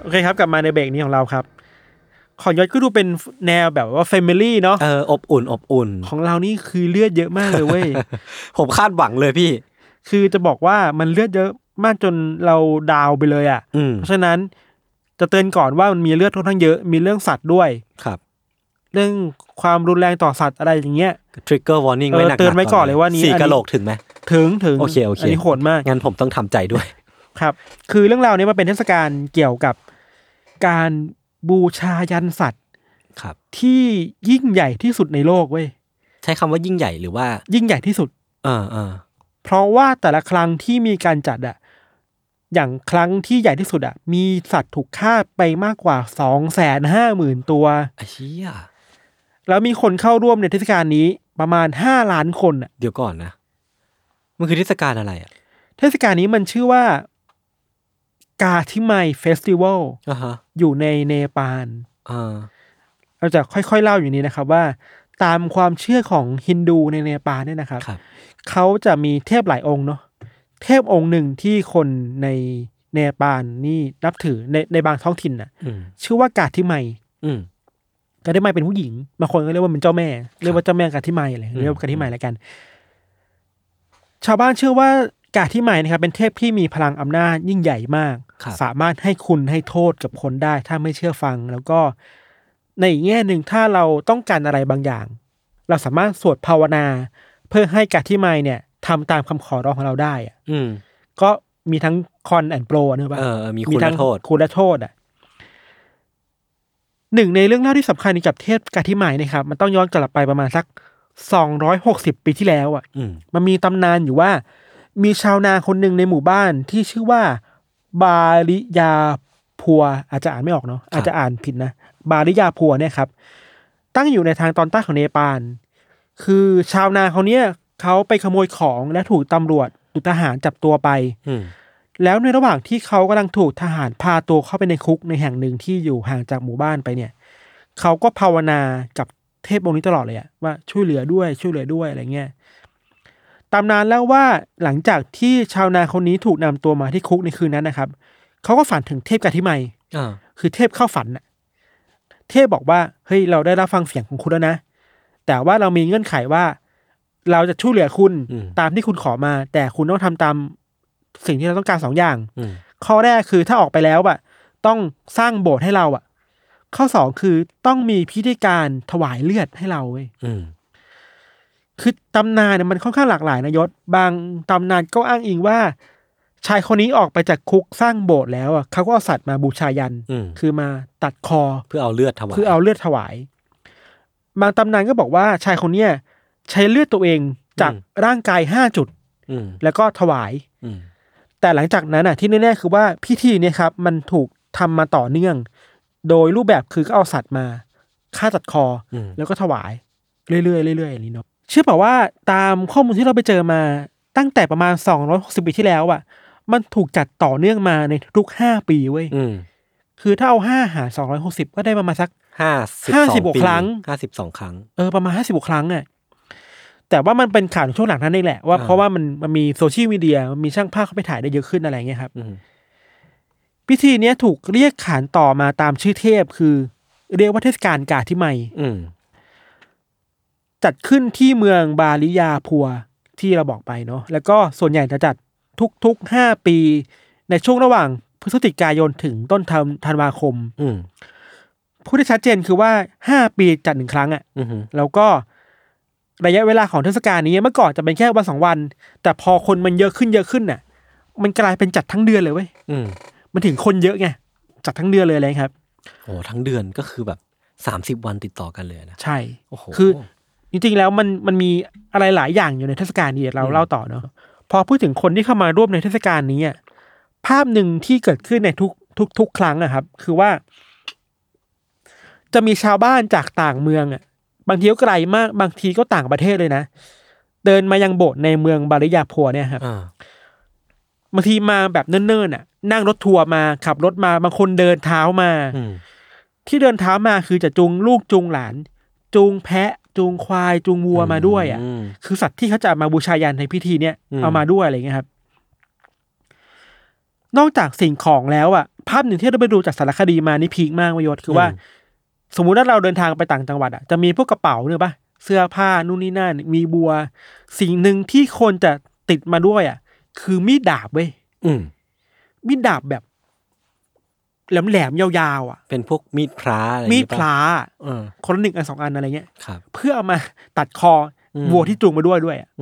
โอเคครับกลับมาในเบรกนี้ของเราครับของยศก็ดูเป็นแนวแบบว่าแฟมิลี่เนาะเอออบอุ่นอบอุ่นของเรานี่คือเลือดเยอะมากเลยเว้ยผมคาดหวังเลยพี่คือจะบอกว่ามันเลือดเยอะมากจนเราดาวไปเลยอ่ะเพราะฉะนั้นจะเตือนก่อนว่ามันมีเลือดค่อนข้างเยอะมีเรื่องสัตว์ด้วยครับเรื่องความรุนแรงต่อสัตว์อะไรอย่างเงี้ย trigger warning ไว้หนักๆเตือนไว้ก่อนเลยว่านี้สี่กะโหลกถึงไหมถึงถึงโอเคโอเคอันนี้โหดมากงั้นผมต้องทำใจด้วยครับคือเรื่องราวนี้มันเป็นเทศกาลเกี่ยวกับการบูชายันสัตว์ครับที่ยิ่งใหญ่ที่สุดในโลกเว้ยใช้คำว่ายิ่งใหญ่หรือว่ายิ่งใหญ่ที่สุดเออเออเพราะว่าแต่ละครั้งที่มีการจัดอะอย่างครั้งที่ใหญ่ที่สุดอะมีสัตว์ถูกฆ่าไปมากกว่าสองแสนห้าหมื่นตัวไอ้เหี้ยแล้วมีคนเข้าร่วมในเทศกาลนี้ประมาณห้าล้านคนอะเดี๋ยวก่อนนะมันคือเทศกาลอะไรอะเทศกาลนี้มันชื่อว่ากาทิไมเฟสติวัลอยู่ในเนปาลเราจะค่อยๆเล่าอยู่นี้นะครับว่าตามความเชื่อของฮินดูในเนปาลเนี่ยนะครับเขาจะมีเทพหลายองค์เนาะเทพองค์หนึ่งที่คนในเนปาลนี่นับถือในในบางท้องถิ่นน่ะชื่อว่ากาทิไมกาทิไมเป็นผู้หญิงบางคนก็เรียกว่าเป็นเจ้าแม่เรียกว่าเจ้าแม่กาทิไมอะไรเรียกว่ากาทิไมแล้วกันชาวบ้านเชื่อว่ากาทิไมนะครับเป็นเทพที่มีพลังอำนาจยิ่งใหญ่มากสามารถให้คุณให้โทษกับคนได้ถ้าไม่เชื่อฟังแล้วก็ในอีกแง่หนึ่งถ้าเราต้องการอะไรบางอย่างเราสามารถสวดภาวนาเพื่อให้กาทิไมเนี่ยทำตามคำขอร้องของเราได้อ่ะก็มีทั้งคอนแอนด์โปรนะป่ะมีคุณและโทษคุณและโทษอ่ะหนึ่งในเรื่องเล่าที่สำคัญกับเทพกาทิไมนะครับมันต้องย้อนกลับไปประมาณสักสองร้อยหกสิบปีที่แล้วอ่ะมันมีตำนานอยู่ว่ามีชาวนาคนหนึ่งในหมู่บ้านที่ชื่อว่าบาริยาพัวอาจจะอ่านไม่ออกเนาะอาจจะอ่านผิดนะบาริยาพัวเนี่ยครับตั้งอยู่ในทางตอนใต้ของเนปาลคือชาวนาเขาเนี้ยเขาไปขโมยของและถูกตำรวจถูกทหารจับตัวไปแล้วในระหว่างที่เขากำลังถูกทหารพาตัวเข้าไปในคุกในแห่งหนึ่งที่อยู่ห่างจากหมู่บ้านไปเนี่ยเขาก็ภาวนากับเทพองค์นี้ตลอดเลยอะว่าช่วยเหลือด้วยช่วยเหลือด้วยอะไรเงี้ยตำนานแล้วว่าหลังจากที่ชาวนาคนนี้ถูกนำตัวมาที่คุกในคืนนั้นนะครับเขาก็ฝันถึงเทพกาทิไมคือเทพเข้าฝันน่ะเทพบอกว่าเฮ้ยเราได้รับฟังเสียงของคุณแล้วนะแต่ว่าเรามีเงื่อนไขว่าเราจะช่วยเหลือคุณตามที่คุณขอมาแต่คุณต้องทำตามสิ่งที่เราต้องการสองอย่างข้อแรกคือถ้าออกไปแล้วอะต้องสร้างโบสถ์ให้เราอะข้อสองคือต้องมีพิธีการถวายเลือดให้เราเว้ยคือตำนานเนี่ยมันค่อนข้างหลากหลายนะยศบางตำนานก็อ้างอิงว่าชายคนนี้ออกไปจากคุกสร้างโบสถ์แล้วอ่ะเขาก็เอาสัตว์มาบูชายันคือมาตัดคอเพื่อเอาเลือดถวายเพื่อเอาเลือดถวายบางตำนานก็บอกว่าชายคนเนี้ยใช้เลือดตัวเองจากร่างกายห้าจุดแล้วก็ถวายแต่หลังจากนั้นอ่ะที่แน่ๆคือว่าพิธีเนี่ยครับมันถูกทำมาต่อเนื่องโดยรูปแบบคือก็เอาสัตว์มาฆ่าตัดคอแล้วก็ถวายเรื่อยๆเรื่อยๆอย่างนี้เนาะเชื่อเปล่าว่าตามข้อมูลที่เราไปเจอมาตั้งแต่ประมาณสองร้อยหกสิบปีที่แล้วอ่ะมันถูกจัดต่อเนื่องมาในทุกห้าปีเว้ยคือถ้าเอาห้าหารสองร้อยหกสิบก็ได้ประมาณสักห้าสิบกว่าครั้งห้าสิบสองครั้งเออประมาณห้าสิบกว่าครั้งอ่ะแต่ว่ามันเป็นข่าวช่วงหลังนั้นนี่แหละว่าเพราะว่ามันมันมีโซเชียลมีเดียมันมีช่างภาพเข้าไปถ่ายได้เยอะขึ้นอะไรเงี้ยครับพิธีนี้ถูกเรียกขานต่อมาตามชื่อเทพคือเรียกว่าเทศกาลกาทิไมจัดขึ้นที่เมืองบาริยาพัวที่เราบอกไปเนาะแล้วก็ส่วนใหญ่จะจัดทุกๆห้าปีในช่วงระหว่างพฤศจิกายนถึงต้นธันวาคมพูดได้ชัดเจนคือว่าห้าปีจัดหนึ่งครั้งอ่ะแล้วก็ระยะเวลาของเทศกาลนี้เมื่อก่อนจะเป็นแค่วันสองวันแต่พอคนมันเยอะขึ้นเยอะขึ้นน่ะมันกลายเป็นจัดทั้งเดือนเลยเว้ยมันถึงคนเยอะไงจัดทั้งเดือนเลยอะไรครับโอ้ทั้งเดือนก็คือแบบสามสิบวันติดต่อกันเลยนะใช่คือจริงๆแล้วมันมันมีอะไรหลายอย่างอยู่ในเทศกาลนี้เราเล่าต่อเนาะพอพูดถึงคนที่เข้ามาร่วมในเทศกาลนี้ภาพหนึ่งที่เกิดขึ้นในทุกทุกทุกครั้งอะครับคือว่าจะมีชาวบ้านจากต่างเมืองอะบางทีก็ไกลมากบางทีก็ต่างประเทศเลยนะเดินมายังโบสถ์ในเมืองบาริยาพัวเนี่ยครับบางทีมาแบบเนิ่นๆอ่ะนั่งรถทัวร์มาขับรถมาบางคนเดินเท้ามาที่เดินเท้ามาคือจะจูงลูกจูงหลานจูงแพะจูงควายจูงวัวมาด้วยอ่ะคือสัตว์ที่เขาจะมาบูชายันในพิธีเนี้ยเอามาด้วยอะไรเงี้ยครับนอกจากสิ่งของแล้วอ่ะภาพหนึ่งที่เราไปดูจากสารคดีมานี่พีคมากวิยศคือว่าสมมุติว่าเราเดินทางไปต่างจังหวัดอ่ะจะมีพวกกระเป๋าเนี่ยป่ะเสื้อผ้านู่นนี่นั่นมีบัวสิ่งหนึ่งที่คนจะติดมาด้วยอ่ะคือมีดดาบเว้ยมีดดาบแบบแหลมๆยาวๆอ่ะเป็นพวกมีดพระอะไรมีดพระคนละหนึ่งอันสองอันอะไรเงี้ยเพื่อเอามาตัดคอวัวที่จูงมาด้วยด้วยอ่ะ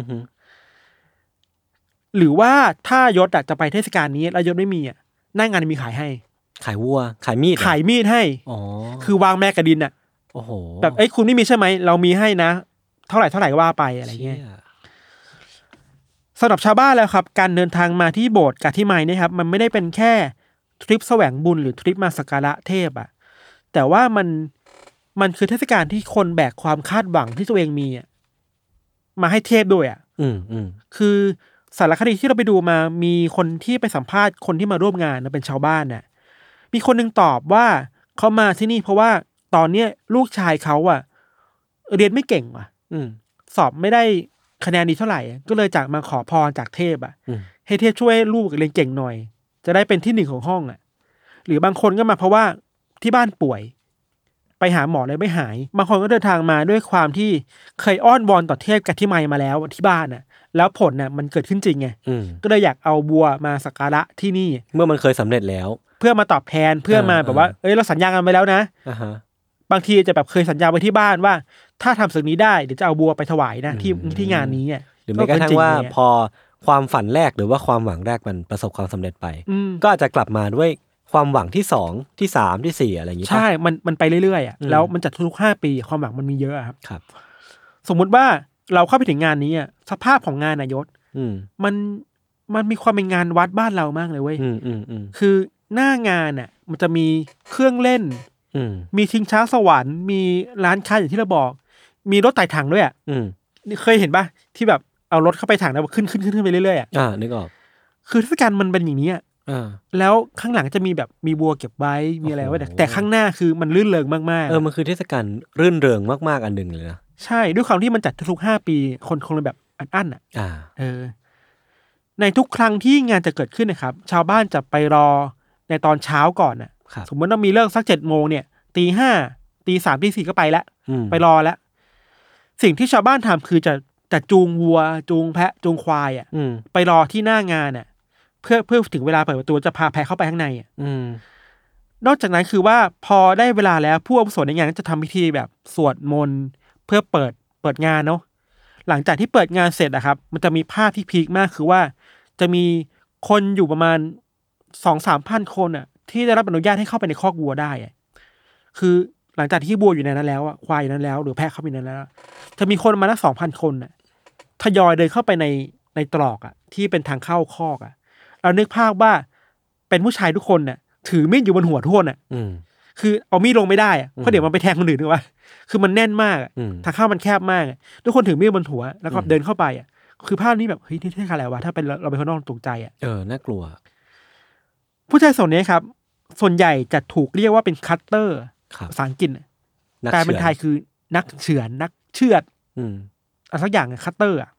หรือว่าถ้ายศจะไปเทศกาลนี้แล้วยศไม่มีอ่ะหน้างานมีขายให้ขายวัวขายมีดขายมีดให้อ๋อคือวางแม่กระดินอ่ะโอ้โหแบบเอ้ยคุณไม่มีใช่ไหมเรามีให้นะเท่าไหร่เท่าไหร่ก็ว่าไปอะไรเงี้ยสำหรับชาวบ้านแล้วครับการเดินทางมาที่โบสถ์กาที่ไมเนี่ยครับมันไม่ได้เป็นแค่ทริปแสวงบุญหรือทริปมาสักการะเทพอ่ะแต่ว่ามันมันคือเทศกาลที่คนแบกความคาดหวังที่ตัวเองมีอ่ะมาให้เทพด้วยอ่ะอืมอืมคือสารคดีที่เราไปดูมามีคนที่ไปสัมภาษณ์คนที่มาร่วมงานนะเป็นชาวบ้านน่ะมีคนนึงตอบว่าเขามาที่นี่เพราะว่าตอนเนี้ยลูกชายเขาอ่ะเรียนไม่เก่งว่ะอืมสอบไม่ได้คะแนนดีเท่าไหร่ก็เลยจากมาขอพรจากเทพอ่ะให้เทพช่วยลูกเรียนเก่งหน่อยจะได้เป็นที่หนึ่งของห้องอ่ะหรือบางคนก็มาเพราะว่าที่บ้านป่วยไปหาหมอเลยไม่หายบางคนก็เดินทางมาด้วยความที่เคยอ้อนวอนต่อเทพกับที่ไมมาแล้วที่บ้านน่ะแล้วผลน่ะมันเกิดขึ้นจริงไงก็เลยอยากเอาบัวมาสักการะที่นี่เมื่อมันเคยสำเร็จแล้วเพื่อมาตอบแทนเพื่อมาแบบว่าเอ้ยเราสัญญากันไปแล้วนะบางทีจะแบบเคยสัญญาไว้ที่บ้านว่าถ้าทำสิ่งนี้ได้เดี๋ยวจะเอาบัวไปถวายนะที่ที่งานนี้อ่ะหรือแม้กระทั่งว่าพอความฝันแรกหรือว่าความหวังแรกมันประสบความสำเร็จไปก็อาจจะกลับมาด้วยความหวังที่สองที่สามที่สี่อะไรอย่างนี้ใช่มันมันไปเรื่อยๆอ่ะแล้วมันจัดทุกห้าปีความหวังมันมีเยอะครับครับสมมุติว่าเราเข้าไปถึงงานนี้อ่ะสภาพของงานนายศมันมันมีความเป็นงานวัดบ้านเรามากเลยเว้ยคือหน้างานอ่ะมันจะมีเครื่องเล่นมีชิงช้าสวรรค์มีร้านค้าอย่างที่เราบอกมีรถไต่ถังด้วยอ่ะเคยเห็นป่ะที่แบบเอารถเข้าไปถังแล้วขึ้นขึ้นขึ้นขึ้นไปเรื่อยๆอ่ะอ่านึกออกคือเทศกาลมันเป็นอย่างนี้อ่ะแล้วข้างหลังจะมีแบบมีบัวเก็บไว้มีอะไรไว้แต่ข้างหน้าคือมันรื่นเริงมากๆเออมันคือเทศกาลรื่นเริงมากๆอันหนึ่งเลยนะใช่ด้วยความที่มันจัดทุกๆห้าปีคนคงเลยแบบอันๆอ่ะอ่าเออในทุกครั้งที่งานจะเกิดขึ้นนะครับชาวบ้านจะไปรอในตอนเช้าก่อนน่ะสมมติว่ามีเลิกสักเจ็ดโมงเนี่ยตีห้าตีสามตีสี่ก็ไปแล้วไปรอแล้วสิ่งที่ชาวบ้านทำคือจะจะจูงวัวจูงแพะจูงควายอ่ะไปรอที่หน้างานอ่ะเพื่อเพื่อถึงเวลาเปิดประตูจะพาแพะเข้าไปข้างในอ่ะนอกจากนั้นคือว่าพอได้เวลาแล้วผู้อาวุโสในงานก็จะทำพิธีแบบสวดมนต์เพื่อเปิดเปิดงานเนาะหลังจากที่เปิดงานเสร็จอะครับมันจะมีภาพที่พีคมากคือว่าจะมีคนอยู่ประมาณสองสามพันคนอ่ะที่ได้รับอนุญาตให้เข้าไปในคอกวัวได้อ่ะคือหลังจากที่บัวอยู่ในนั้นแล้วอ่ะควายอยู่นั้นแล้วหรือแพะเข้าไปในนั้นแล้วจะมีคนมาละสองพันคนอ่ะทยอยเดินเข้าไปในในตรอกอ่ะที่เป็นทางเข้าคอกอ่ะเรานึกภาพว่าเป็นผู้ชายทุกคนน่ะถือมีดอยู่บนหัวทุกคนอ่ะคือเอามีดลงไม่ได้อ่ะเพราะเดี๋ยวมันไปแทงคนอื่นด้วยว่าคือมันแน่นมากทางเข้ามันแคบมากทุกคนถือมีดบนหัวแล้วก็เดินเข้าไปอ่ะคือภาพนี้แบบเฮ้ยนี่เท่ขนาดไหนวะถ้าเป็นเราเป็นคนนอกตกใจอ่ะเออน่ากลัวผู้ชายส่วนนี้ครับส่วนใหญ่จะถูกเรียกว่าเป็นคัตเตอร์ภาษาอังกฤษแต่เป็นไทยคือนักเฉือนนักเชือดอะไรสักอย่างคัตเตอร์อ่ะ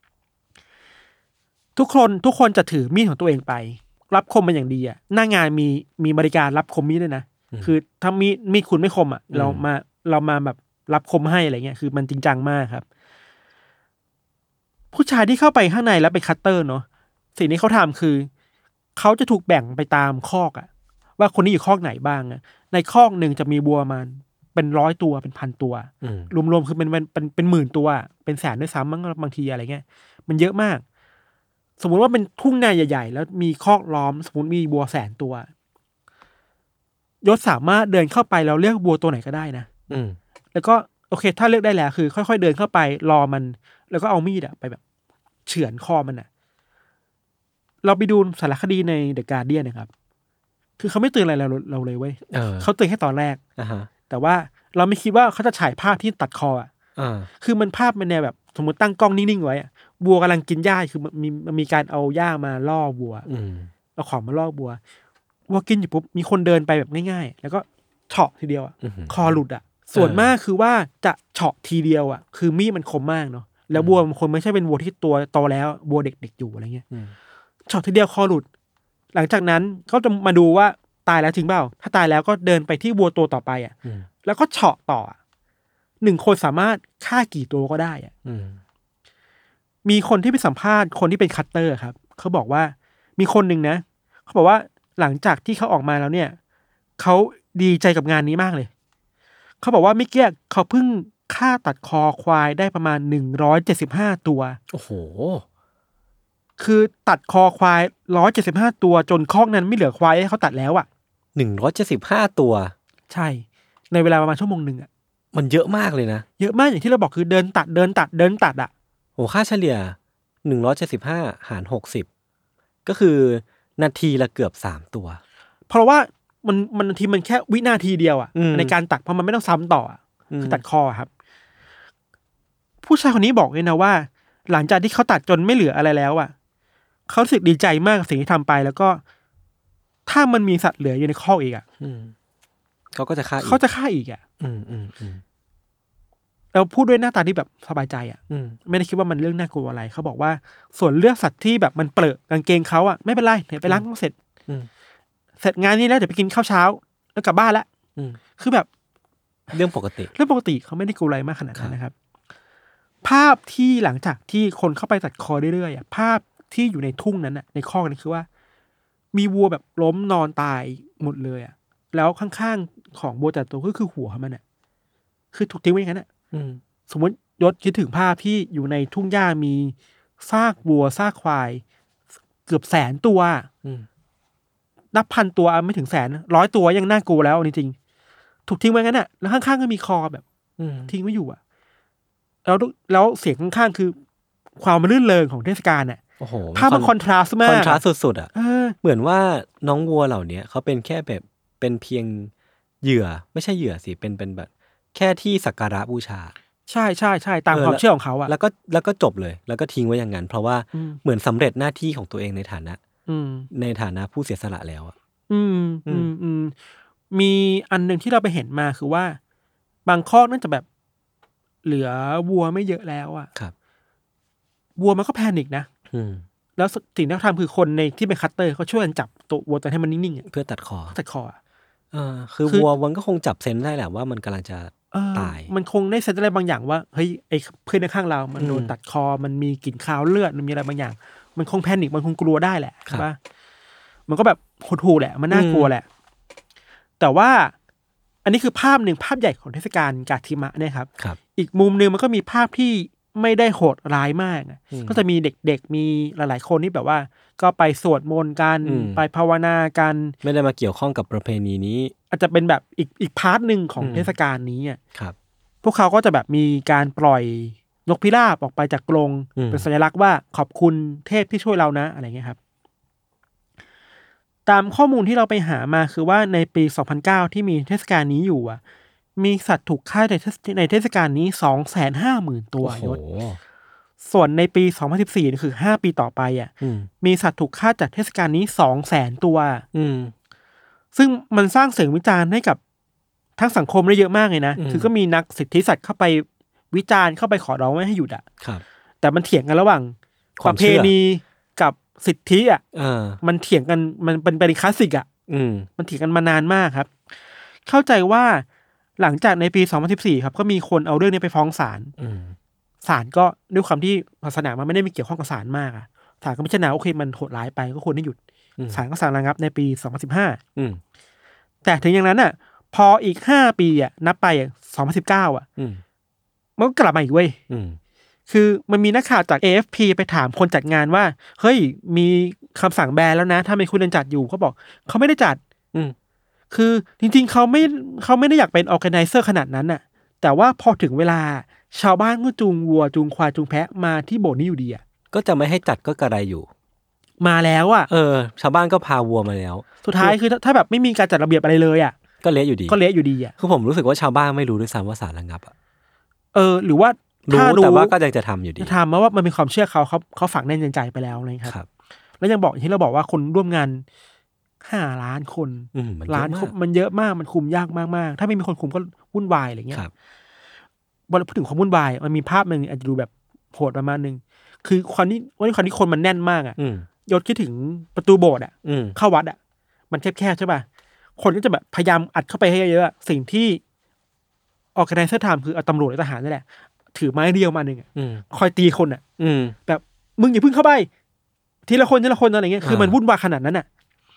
ทุกคนทุกคนจะถือมีดของตัวเองไปรับคมเป็นอย่างดีอ่ะหน้างานมีมีบริการรับคมมีดด้วยนะคือถ้ามีมีดคุณไม่คมอ่ะเรามาเรามาแบบรับคมให้อะไรเงี้ยคือมันจริงจังมากครับผู้ชายที่เข้าไปข้างในแล้วเป็นคัตเตอร์เนาะสิ่งที่เขาทำคือเขาจะถูกแบ่งไปตามคอกอ่ะว่าคนนี้อยู่คอกไหนบ้างอ่ะในคอกหนึ่งจะมีบัวมันเป็นร้อยตัวเป็นพันตัวรวมๆคือเป็นเป็นเป็นหมื่นตัวเป็นแสนด้วยซ้ำมั้งบางทีอะไรเงี้ยมันเยอะมากสมมุติว่าเป็นทุ่งนาใหญ่ๆแล้วมีคอกล้อมสมมติมีบัวแสนตัวยศสามารถเดินเข้าไปแล้วเลือกบัวตัวไหนก็ได้นะอืมแล้วก็โอเคถ้าเลือกได้แล้วคือค่อยๆเดินเข้าไปรอมันแล้วก็เอามีดอะไปแบบเฉือนคอมันอะเราไปดูสารคดีใน The Guardian นะครับคือเขาไม่เตือนอะไรเราเราเลยเว้ย เ, เขาเตือนแค่ตอนแรก uh-huh. แต่ว่าเราไม่คิดว่าเขาจะฉายภาพที่ตัดคออ่ะ uh. คือมันภาพมันแนวแบบสมมติตั้งกล้องนิ่งๆไว้บัวกำลังกินหญ้าคือมีมันมีการเอาหญ้ามาล่อบัว uh. เอาของมาล่อบัวบัวกินอยู่ปุ๊บมีคนเดินไปแบบง่ายๆแล้วก็เฉาะทีเดียวอ่ะ uh-huh. คอหลุดอ่ะ uh. ส่วนมากคือว่าจะเฉาะทีเดียวอ่ะคือมีดมันคมมากเนาะแล้วบัวมันคนไม่ใช่เป็นบัวที่ตัวโตแล้วบัวเด็กๆอยู่อะไรเงี้ย uh.เฉาะทีเดียวคอหลุดหลังจากนั้นก็จะมาดูว่าตายแล้วจริงเปล่าถ้าตายแล้วก็เดินไปที่วัวตัวต่อไปอ่ะแล้วก็เฉาะต่อหนึ่งคนสามารถฆ่ากี่ตัวก็ได้อ่ะมีคนที่ไปสัมภาษณ์คนที่เป็นคัตเตอร์ครับเขาบอกว่ามีคนหนึ่งนะเขาบอกว่าหลังจากที่เขาออกมาแล้วเนี่ยเขาดีใจกับงานนี้มากเลยเขาบอกว่าเมื่อกี้เขาเพิ่งฆ่าตัดคอควายได้ประมาณหนึ่งร้อยเจ็ดสิบห้าตัวโอ้โหคือตัดคอควายร้อยเจ็ดสิบห้าตัวจนคอกนั้นไม่เหลือควายให้เขาตัดแล้วอ่ะหนึ่งร้อยเจ็ดสิบห้าตัวใช่ในเวลาประมาณชั่วโมงหนึ่งอ่ะมันเยอะมากเลยนะเยอะมากอย่างที่เราบอกคือเดินตัดเดินตัดเดินตัดอ่ะโอ้ค่าเฉลี่ยหนึ่งร้อยเจ็ดสิบห้าหารหกสิบก็คือนาทีละเกือบสามตัวเพราะว่ามันมันนาทีมันแค่วินาทีเดียวอ่ะในการตัดเพราะมันไม่ต้องซ้ำต่อคือตัดคอครับผู้ชายคนนี้บอกเลยนะว่าหลังจากที่เขาตัดจนไม่เหลืออะไรแล้วอ่ะเขารู้สึกดีใจมากกับสิ่งที่ทำไปแล้วก็ถ้ามันมีสัตว์เหลืออยู่ในคอกอีกอ่ะเขาก็จะฆ่าเขาจะฆ่าอีกอ่ะแล้วพูดด้วยหน้าตาที่แบบสบายใจอ่ะไม่ได้คิดว่ามันเรื่องน่ากลัวอะไรเขาบอกว่าส่วนเลือกสัตว์ที่แบบมันเปรอะกางเกงเขาอ่ะไม่เป็นไรเดี๋ยวไปล้างเสร็จเสร็จงานนี้แล้วเดี๋ยวไปกินข้าวเช้าแล้วกลับบ้านละคือแบบเรื่องปกติเรื่องปกติเขาไม่ได้กลัวอะไรมากขนาดนั้นนะครับภาพที่หลังจากที่คนเข้าไปตัดคอเรื่อยๆอ่ะภาพที่อยู่ในทุ่งนั้นอ่ะในคอกนั้นคือว่ามีวัวแบบล้มนอนตายหมดเลยอ่ะแล้วข้างๆของวัวแต่ตัวก็คือหัวมันอ่ะคือถูกทิ้งไว้อย่างนั้นอ่ะสมมติยศคิดถึงภาพที่อยู่ในทุ่งหญ้ามีซากวัวซากควายเกือบแสนตัวนับพันตัวไม่ถึงแสนร้อยตัวยังน่ากลัวแล้วจริงๆถูกทิ้งไว้งั้นอ่ะแล้วข้างๆก็มีคอแบบทิ้งไว้อยู่อ่ะแล้วแล้วเสียงข้างๆคือความรื่นเริงของเทศกาลอ่ะโอ้โหภาพมันคอนทราสต์มากคอนทราสต์สุดๆอ่ะเหมือนว่าน้องวัวเหล่านี้เขาเป็นแค่แบบเป็นเพียงเหยื่อไม่ใช่เหยื่อสิเป็นเป็นแบบแค่ที่สักการะบูชาใช่ใช่ใช่ตามความเชื่อของเขาอ่ะแล้วก็แล้วก็จบเลยแล้วก็ทิ้งไว้อย่างนั้นเพราะว่าเหมือนสำเร็จหน้าที่ของตัวเองในฐานะในฐานะผู้เสียสละแล้วอ่ะอืมอืมอืมมีอันหนึ่งที่เราไปเห็นมาคือว่าบางคอกนั่นจะแบบเหลือวัวไม่เยอะแล้วอ่ะครับวัวมันก็แพนิคนะแล้วสิ่งที่เขาทำคือคนในที่เป็นคัตเตอร์เขาช่วยกันจับตัววัวตัวให้มันนิ่งๆเพื่อตัดคอตัดคออ่ะเออคือวัวมันก็คงจับเซนได้แหละว่ามันกำลังจะตายมันคงได้เซนอะไรบางอย่างว่าเฮ้ยไอ้เพื่อนข้างเรามันโดนตัดคอมันมีกลิ่นคาวเลือดมันมีอะไรบางอย่างมันคงแพนิคมันคงกลัวได้แหละใช่ปะมันก็แบบหดหู่แหละมันน่ากลัวแหละแต่ว่าอันนี้คือภาพหนึ่งภาพใหญ่ของเทศกาลกาทิมะเนี่ยครับอีกมุมนึงมันก็มีภาพที่ไม่ได้โหดร้ายมากก็จะมีเด็กๆมีหลายๆคนที่แบบว่าก็ไปสวดมนต์กันไปภาวนากันไม่ได้มาเกี่ยวข้องกับประเพณีนี้อาจจะเป็นแบบอีกอีกพาร์ทนึงของเทศกาลนี้อ่ะครับพวกเขาก็จะแบบมีการปล่อยนกพิราบออกไปจากกรงเป็นสัญลักษณ์ว่าขอบคุณเทพที่ช่วยเรานะอะไรเงี้ยครับตามข้อมูลที่เราไปหามาคือว่าในปีสองพันเก้าที่มีเทศกาลนี้อยู่อ่ะมีสัตว์ถูกฆ่าในในเทศกาลนี้ สองแสนห้าหมื่น ตัวยศส่วนในปีสองพันสิบสี่คือห้าปีต่อไปอ่ะมีสัตว์ถูกฆ่าจากเทศกาลนี้ สองแสน ตัวซึ่งมันสร้างเสียงวิจารณ์ให้กับทั้งสังคมได้เยอะมากเลยนะคือก็มีนักสิทธิสัตว์เข้าไปวิจารณ์เข้าไปขอร้องไม่ให้หยุดอ่ะแต่มันเถียงกันระหว่างประเพณีกับสิทธิอ่ะมันเถียงกันมันเป็นเป็นคลาสสิกอ่ะมันเถียงกันมานานมากครับเข้าใจว่าหลังจากในปีสองพันสิบสี่ครับก็มีคนเอาเรื่องนี้ไปฟ้องศาลศาลก็ด้วยความที่ศาสนามันไม่ได้มีเกี่ยวข้องกับศาลมากอ่ะศาลก็พิจารณาโอเคมันโหดร้ายไปก็ควรให้หยุดศาลก็สั่งระงับในปีสองพันสิบห้าแต่ถึงอย่างนั้นอ่ะพออีกห้าปีอ่ะนับไปอ่ะสองพันสิบเก้าอ่ะมันก็กลับมาอีกเว้ยคือมันมีนักข่าวจาก เอ เอฟ พี ไปถามคนจัดงานว่าเฮ้ยมีคำสั่งแบนแล้วนะถ้าไม่คุณยังจัดอยู่เขาบอกเขาไม่ได้จัดคือจริงๆเขาไม่เขาไม่ได้อยากเป็นออร์แกไนเซอร์ขนาดนั้นน่ะแต่ว่าพอถึงเวลาชาวบ้านก็จูงวัวจูงควายจูงแพะมาที่โบสถ์นี้อยู่ดีอ่ะก็จะไม่ให้จัดก็กระไรอยู่มาแล้วอ่ะเออชาวบ้านก็พาวัวมาแล้วสุดท้ายคือถ้าแบบไม่มีการจัดระเบียบอะไรเลยอ่ะก็เละอยู่ดีก็เละอยู่ดีอ่ะคือผมรู้สึกว่าชาวบ้านไม่รู้ด้วยซ้ำว่าศาลระงับอ่ะเออหรือว่ารู้แต่ว่าก็ยังจะทำอยู่ดีจะทำเพราะว่ามันมีความเชื่อเขาเขาเขาฝังแน่นใจไปแล้วนะครับแล้วยังบอกที่เราบอกว่าคนร่วมงานห้าล้านคนล้านมันเยอะมากมันคุมยากมากๆถ้าไม่มีคนคุมก็วุ่นวายอะไรเงี้ยพอพูดถึงความวุ่นวายมันมีภาพนึงอาจจะดูแบบโหดประมาณนึงคือความนี้ว่าความที่คนมันแน่นมากอ่ะยศคิดถึงประตูโบสถ์อ่ะเข้าวัดอ่ะมันแคบๆใช่ป่ะคนก็จะแบบพยายามอัดเข้าไปให้เยอะๆสิ่งที่ออร์แกไนเซอร์ทำคือเอาตำรวจและทหารนี่แหละถือไม้เรียวมาหนึ่งอ่ะคอยตีคนอ่ะแบบมึงอย่าเพิ่งเข้าไปทีละคนทีละคนอะไรเงี้ยคือมันวุ่นวายขนาดนั้นอ่ะ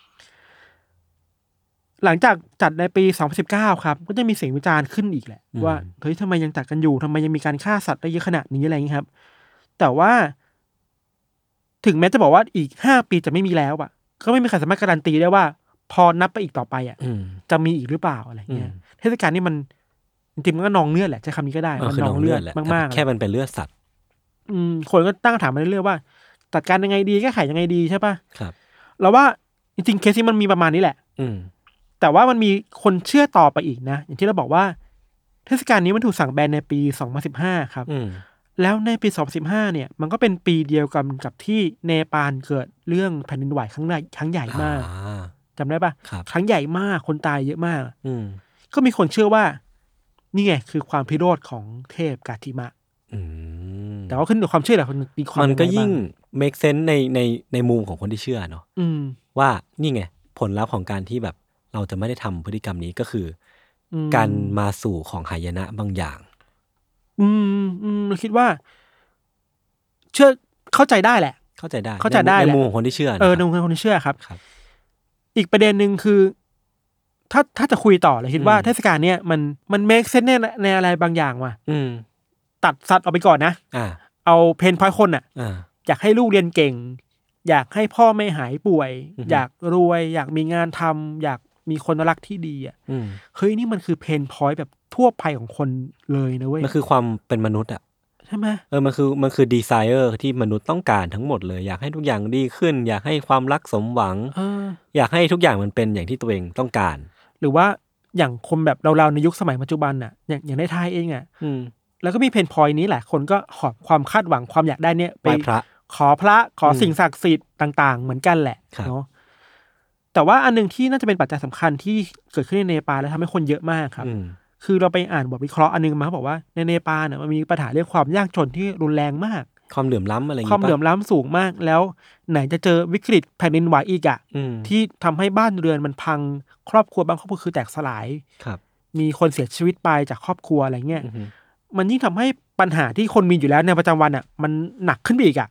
หลังจากจัดในปีสองพันสิบเก้าครับก็จะมีเสียงวิจารณ์ขึ้นอีกแหละว่าเฮ้ยทำไมยังจัดกันอยู่ทำไมยังมีการฆ่าสัตว์ได้เยอะขนาดนี้อะไรเงี้ยครับแต่ว่าถึงแม้จะบอกว่าอีกห้าปีจะไม่มีแล้วอ่ะก็ไม่มีใครสามารถการันตีได้ว่าพอนับไปอีกต่อไปอ่ะจะมีอีกหรือเปล่าอะไรเงี้ยเทศกาลนี้มันจริงๆมันก็นองเลือดแหละใช้คำนี้ก็ได้มันนองเลือดมากๆแค่มันเป็นเลือดสัตว์อืมคนก็ตั้งคำถามมาเรื่อยๆว่าจัดการยังไงดีแก้ไขยังไงดีใช่ป่ะครับเราว่าจริงๆเคสนี้มันมีประมาณนี้แหละอืมแต่ว่ามันมีคนเชื่อต่อไปอีกนะอย่างที่เราบอกว่าเทศกาลนี้มันถูกสั่งแบนในปีสองพันสิบห้าครับแล้วในปีสองพันสิบห้าเนี่ยมันก็เป็นปีเดียวกันกับที่เนปาลเกิดเรื่องแผ่นดินไหวครั้งใหญ่ครั้งใหญ่มากจำได้ป่ะครั้งใหญ่มากคนตายเยอะมากก็มีคนเชื่อว่านี่ไงคือความพิโรธของเทพกาทิมะแต่ว่าขึ้นกับความเชื่อแหละคนตีความมันก็ยิ่ง make sense ในในในมุมของคนที่เชื่อเนาะว่านี่ไงผลลัพธ์ของการที่แบบเราจะไม่ได้ทำพฤติกรรมนี้ก็คือการมาสู่ของหายนะบางอย่างอืมอืมเราคิดว่าเชื่อเข้าใจได้แหละเข้าใจได้เข้าใจได้ในมุมของคนที่เชื่อเออในมุมของคนที่เชื่อครับครับอีกประเด็นหนึ่งคือถ้าถ้าจะคุยต่อเลยคิดว่าเทศกาลเนี้ยมันมันเมคเซนส์ในในอะไรบางอย่างว่ะตัดสัตว์ออกไปก่อนนะอ่าเอาเพนพอยต์คนอ่ะอยากให้ลูกเรียนเก่งอยากให้พ่อไม่หายป่วยอยากรวยอยากมีงานทำอยากมีคนรักที่ดีอ่ะเฮ้ยนี่มันคือเพนพอยต์แบบทั่วไปของคนเลยนะเว้ยมันคือความเป็นมนุษย์อ่ะใช่ไหมเออมันคือมันคือดีไซเออร์ที่มนุษย์ต้องการทั้งหมดเลยอยากให้ทุกอย่างดีขึ้นอยากให้ความรักสมหวังอยากให้ทุกอย่างมันเป็นอย่างที่ตัวเองต้องการหรือว่าอย่างคนแบบเราๆในยุคสมัยปัจจุบันอ่ะอย่างอย่างในไทยเองอ่ะแล้วก็มีเพนพอยต์นี้แหละคนก็หอบความคาดหวังความอยากได้เนี่ยไปขอพระขอสิ่งศักดิ์สิทธิ์ต่างๆเหมือนกันแหละเนาะแต่ว่าอันนึงที่น่าจะเป็นปัจจัยสำคัญที่เกิดขึ้นในเนปาลแล้วทำให้คนเยอะมากครับคือเราไปอ่านบทวิเคราะห์อันนึงมาเขาบอกว่าในเนปาลเนี่ยมันมีปัญหาเรื่องความยากจนที่รุนแรงมากความเหลื่อมล้ำอะไรอย่างเงี้ยความเหลื่อมล้ำสูงมากแล้วไหนจะเจอวิกฤตแผ่นดินไหวอีกอ่ะที่ทำให้บ้านเรือนมันพังครอบครัวบางครอบครัวคือแตกสลายมีคนเสียชีวิตไปจากครอบครัวอะไรเงี้ยมันยิ่งทำให้ปัญหาที่คนมีอยู่แล้วในประจำวันอ่ะมันหนักขึ้นไปอีกอ่ะ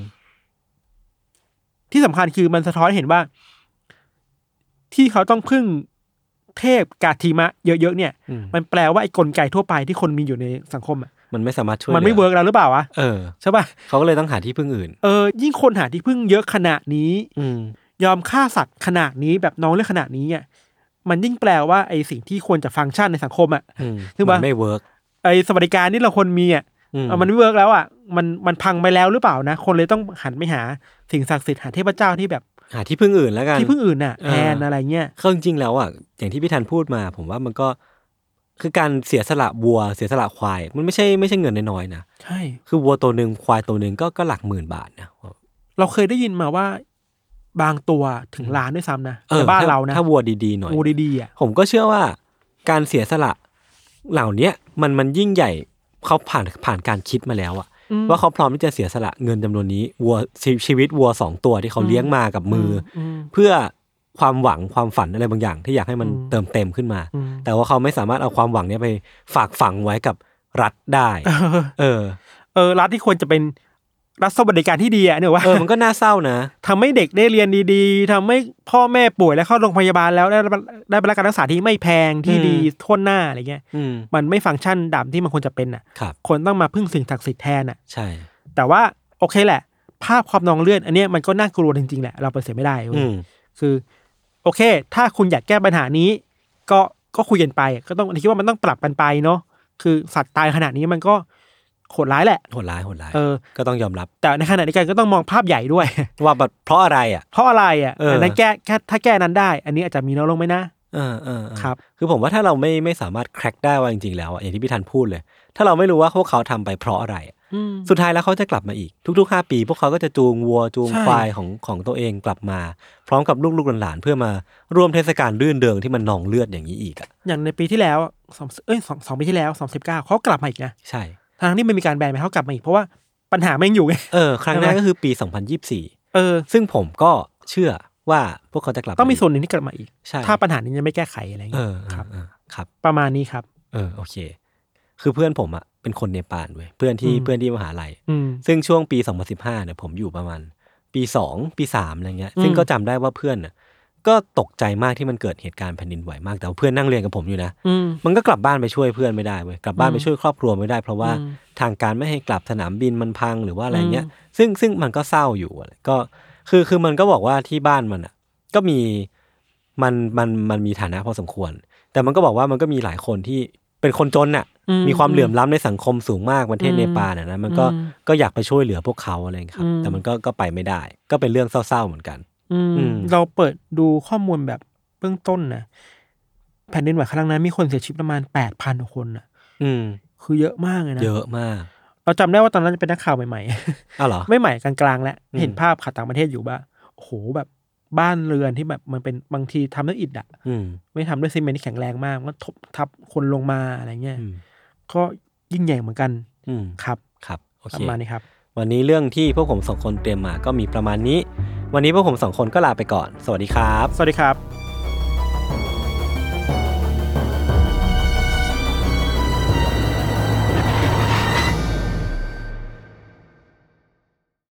ที่สำคัญคือมันสะท้อนเห็นว่าที่เขาต้องพึ่งเทพกาทิมะเยอะๆเนี่ยมันแปลว่าไอ้กลไกทั่วไปที่คนมีอยู่ในสังคมอ่ะมันไม่สามารถช่วยมันไม่เวิร์กแล้วหรือเปล่าวะเออใช่ป่ะเขาก็เลยต้องหาที่พึ่งอื่นเออยิ่งคนหาที่พึ่งเยอะขนาดนี้ยอมฆ่าสัตว์ขนาดนี้แบบน้องเลือดขนาดนี้อ่ะมันยิ่งแปลว่าไอ้สิ่งที่ควรจะฟังก์ชันในสังคมอ่ะคือมันไม่เวิร์กไอ้สวัสดิการที่เราคนมีอ่ะมันไม่เวิร์กแล้วอ่ะมันมันพังไปแล้วหรือเปล่านะคนเลยต้องหันไปหาสิ่งศักดิ์สิทธิ์หาเทพเจ้าที่แบบหาที่พึ่งอื่นแล้วกันที่พึ่งอื่นน่ะแทนอะไรเงี้ยคือจริงๆแล้วอ่ะอย่างที่พี่ธันพูดมาผมว่ามันก็คือการเสียสละวัวเสียสละควายมันไม่ใช่ไม่ใช่เงินน้อยๆนะใช่คือวัวตัวนึงควายตัวนึงก็ก็หลักหมื่นบาทนะเราเคยได้ยินมาว่าบางตัวถึงล้านด้วยซ้ำนะในบ้านเรานะถ้าวัวดีๆหน่อยวัวดีๆอ่ะผมก็เชื่อว่าการเสียสละเหล่านี้มันมันยิ่งใหญ่เขาผ่านผ่านการคิดมาแล้วอ่ะว่าเขาพร้อมที่จะเสียสละเงินจำนวนนี้วัวชีวิตวัวสองตัวที่เขาเลี้ยงมากับมือเพื่อความหวังความฝันอะไรบางอย่างที่อยากให้มันเติมเต็มขึ้นมาแต่ว่าเขาไม่สามารถเอาความหวังนี้ไปฝากฝังไว้กับรัฐได้เออเออรัฐที่ควรจะเป็นรัฐสวัสดิการที่ดีอ่ะเนี่ยว่าเออมันก็น่าเศร้านะทำให้เด็กได้เรียนดีๆทำให้พ่อแม่ป่วยแล้วเข้าโรงพยาบาลแล้วได้ได้รับการรักษาที่ไม่แพงที่ดีทั่วหน้าอะไรเงี้ยมันไม่ฟังก์ชันดำที่มันควรจะเป็นอ่ะคนต้องมาพึ่งสิ่งศักดิ์สิทธิ์แทนอ่ะใช่แต่ว่าโอเคแหละภาพความนองเลือดอันเนี้ยมันก็น่ากลัวจริงๆแหละเราปฏิเสธไม่ได้คือโอเคถ้าคุณอยากแก้ปัญหานี้ก็ก็คุยกันไปก็ต้องคิดว่ามันต้องปรับกันไปเนาะคือสัตว์ตายขนาดนี้มันก็โหดร้ายแหละโหดร้ายโหดร้ายเออก็ต้องยอมรับแต่ในขณะเดียวกันก็ต้องมองภาพใหญ่ด้วยว่าแบบเพราะอะไรอ่ะเพราะอะไรอ่ะอันนั้นแก้แค่ถ้าแก้นั้นได้อันนี้อาจจะมีน้อยลงไหมนะเออเออครับคือผมว่าถ้าเราไม่ไม่สามารถแคร็กได้ว่าจริงๆแล้วอย่างที่พี่ธันพูดเลยถ้าเราไม่รู้ว่าพวกเขาทำไปเพราะอะไรสุดท้ายแล้วเขาจะกลับมาอีกทุกๆห้าปีพวกเขาก็จะจูงวัวจูงควายของของตัวเองกลับมาพร้อมกับลูกๆหลานๆเพื่อมาร่วมเทศกาลรื่นเริงที่มันนองเลือดอย่างนี้อีกอ่ะอย่างในปีที่แล้วสองเอ้ยสองสองปีที่แล้วสองพันสิบเก้าเขากลับมาอีกนะใช่ทางที่ไม่มีการแบนไปเขากลับมาอีกเพราะว่าปัญหาแม่งอยู่ไงเออครั้งแรกก็คือปีสองพันยี่สิบสี่เออซึ่งผมก็เชื่อว่าพวกเขาจะกลับต้องมีส่วนหนึ่งที่กลับมาอีกใช่ถ้าปัญหานี้ยังไม่แก้ไขอะไรเงี้ยครับครับประมาณนี้ครับเออโอเคคือเพื่อนผมอ่ะเป็นคนเนปาลเว้ยเพื่อนที่เพื่อนที่มหาลัยซึ่งช่วงปีสองพันสิบห้าเนี่ยผมอยู่ประมาณปีสองปีสามอะไรเงี้ยซึ่งก็จำได้ว่าเพื่อนน่ะก็ตกใจมากที่มันเกิดเหตุการณ์แผ่นดินไหวมากแต่เพื่อนนั่งเรียนกับผมอยู่นะมันก็กลับบ้านไปช่วยเพื่อนไม่ได้เว้ยกลับบ้านไปช่วยครอบครัวไม่ได้เพราะว่าทางการไม่ให้กลับสนามบินมันพังหรือว่าอะไรเงี้ยซึ่งซึ่งมันก็เศร้าอยู่อะไรก็คือคือมันก็บอกว่าที่บ้านมันอ่ะก็มีมันมันมันมีฐานะพอสมควรแต่มันก็บอกว่ามันก็มีหลายคนที่เป็นคนจนน่ะมีความเหลื่อมล้ำในสังคมสูงมากประเทศเนปาลน่ะนะมันก็ก็อยากไปช่วยเหลือพวกเขาอะไรครับแต่มันก็ก็ไปไม่ได้ก็เป็นเรื่องเศร้าๆเหมือนกันเราเปิดดูข้อมูลแบบเบื้องต้นนะแผ่นดินไหวครั้งนั้นมีคนเสียชีวิตประมาณ แปดพัน คนน่ะคือเยอะมากเลยนะเยอะมากเราจำได้ว่าตอนนั้นเป็นนักข่าวใหม่ๆอ้าวเหรอไม่ใหม่กลางๆแล้วเห็นภาพข่าวต่างประเทศอยู่บ้างโอ้โหแบบบ้านเรือนที่แบบมันเป็นบางทีทำด้วยอิฐอ่ะไม่ทำด้วยซีเมนต์ที่แข็งแรงมากมันทบทับคนลงมาอะไรเงี้ยก็ยิ่งใหญ่เหมือนกันครับครับโอเคประมาณนี้ครับวันนี้เรื่องที่พวกผมสองคนเตรียมมาก็มีประมาณนี้วันนี้พวกผมสองคนก็ลาไปก่อนสวัสดีครับสวัสดีครับ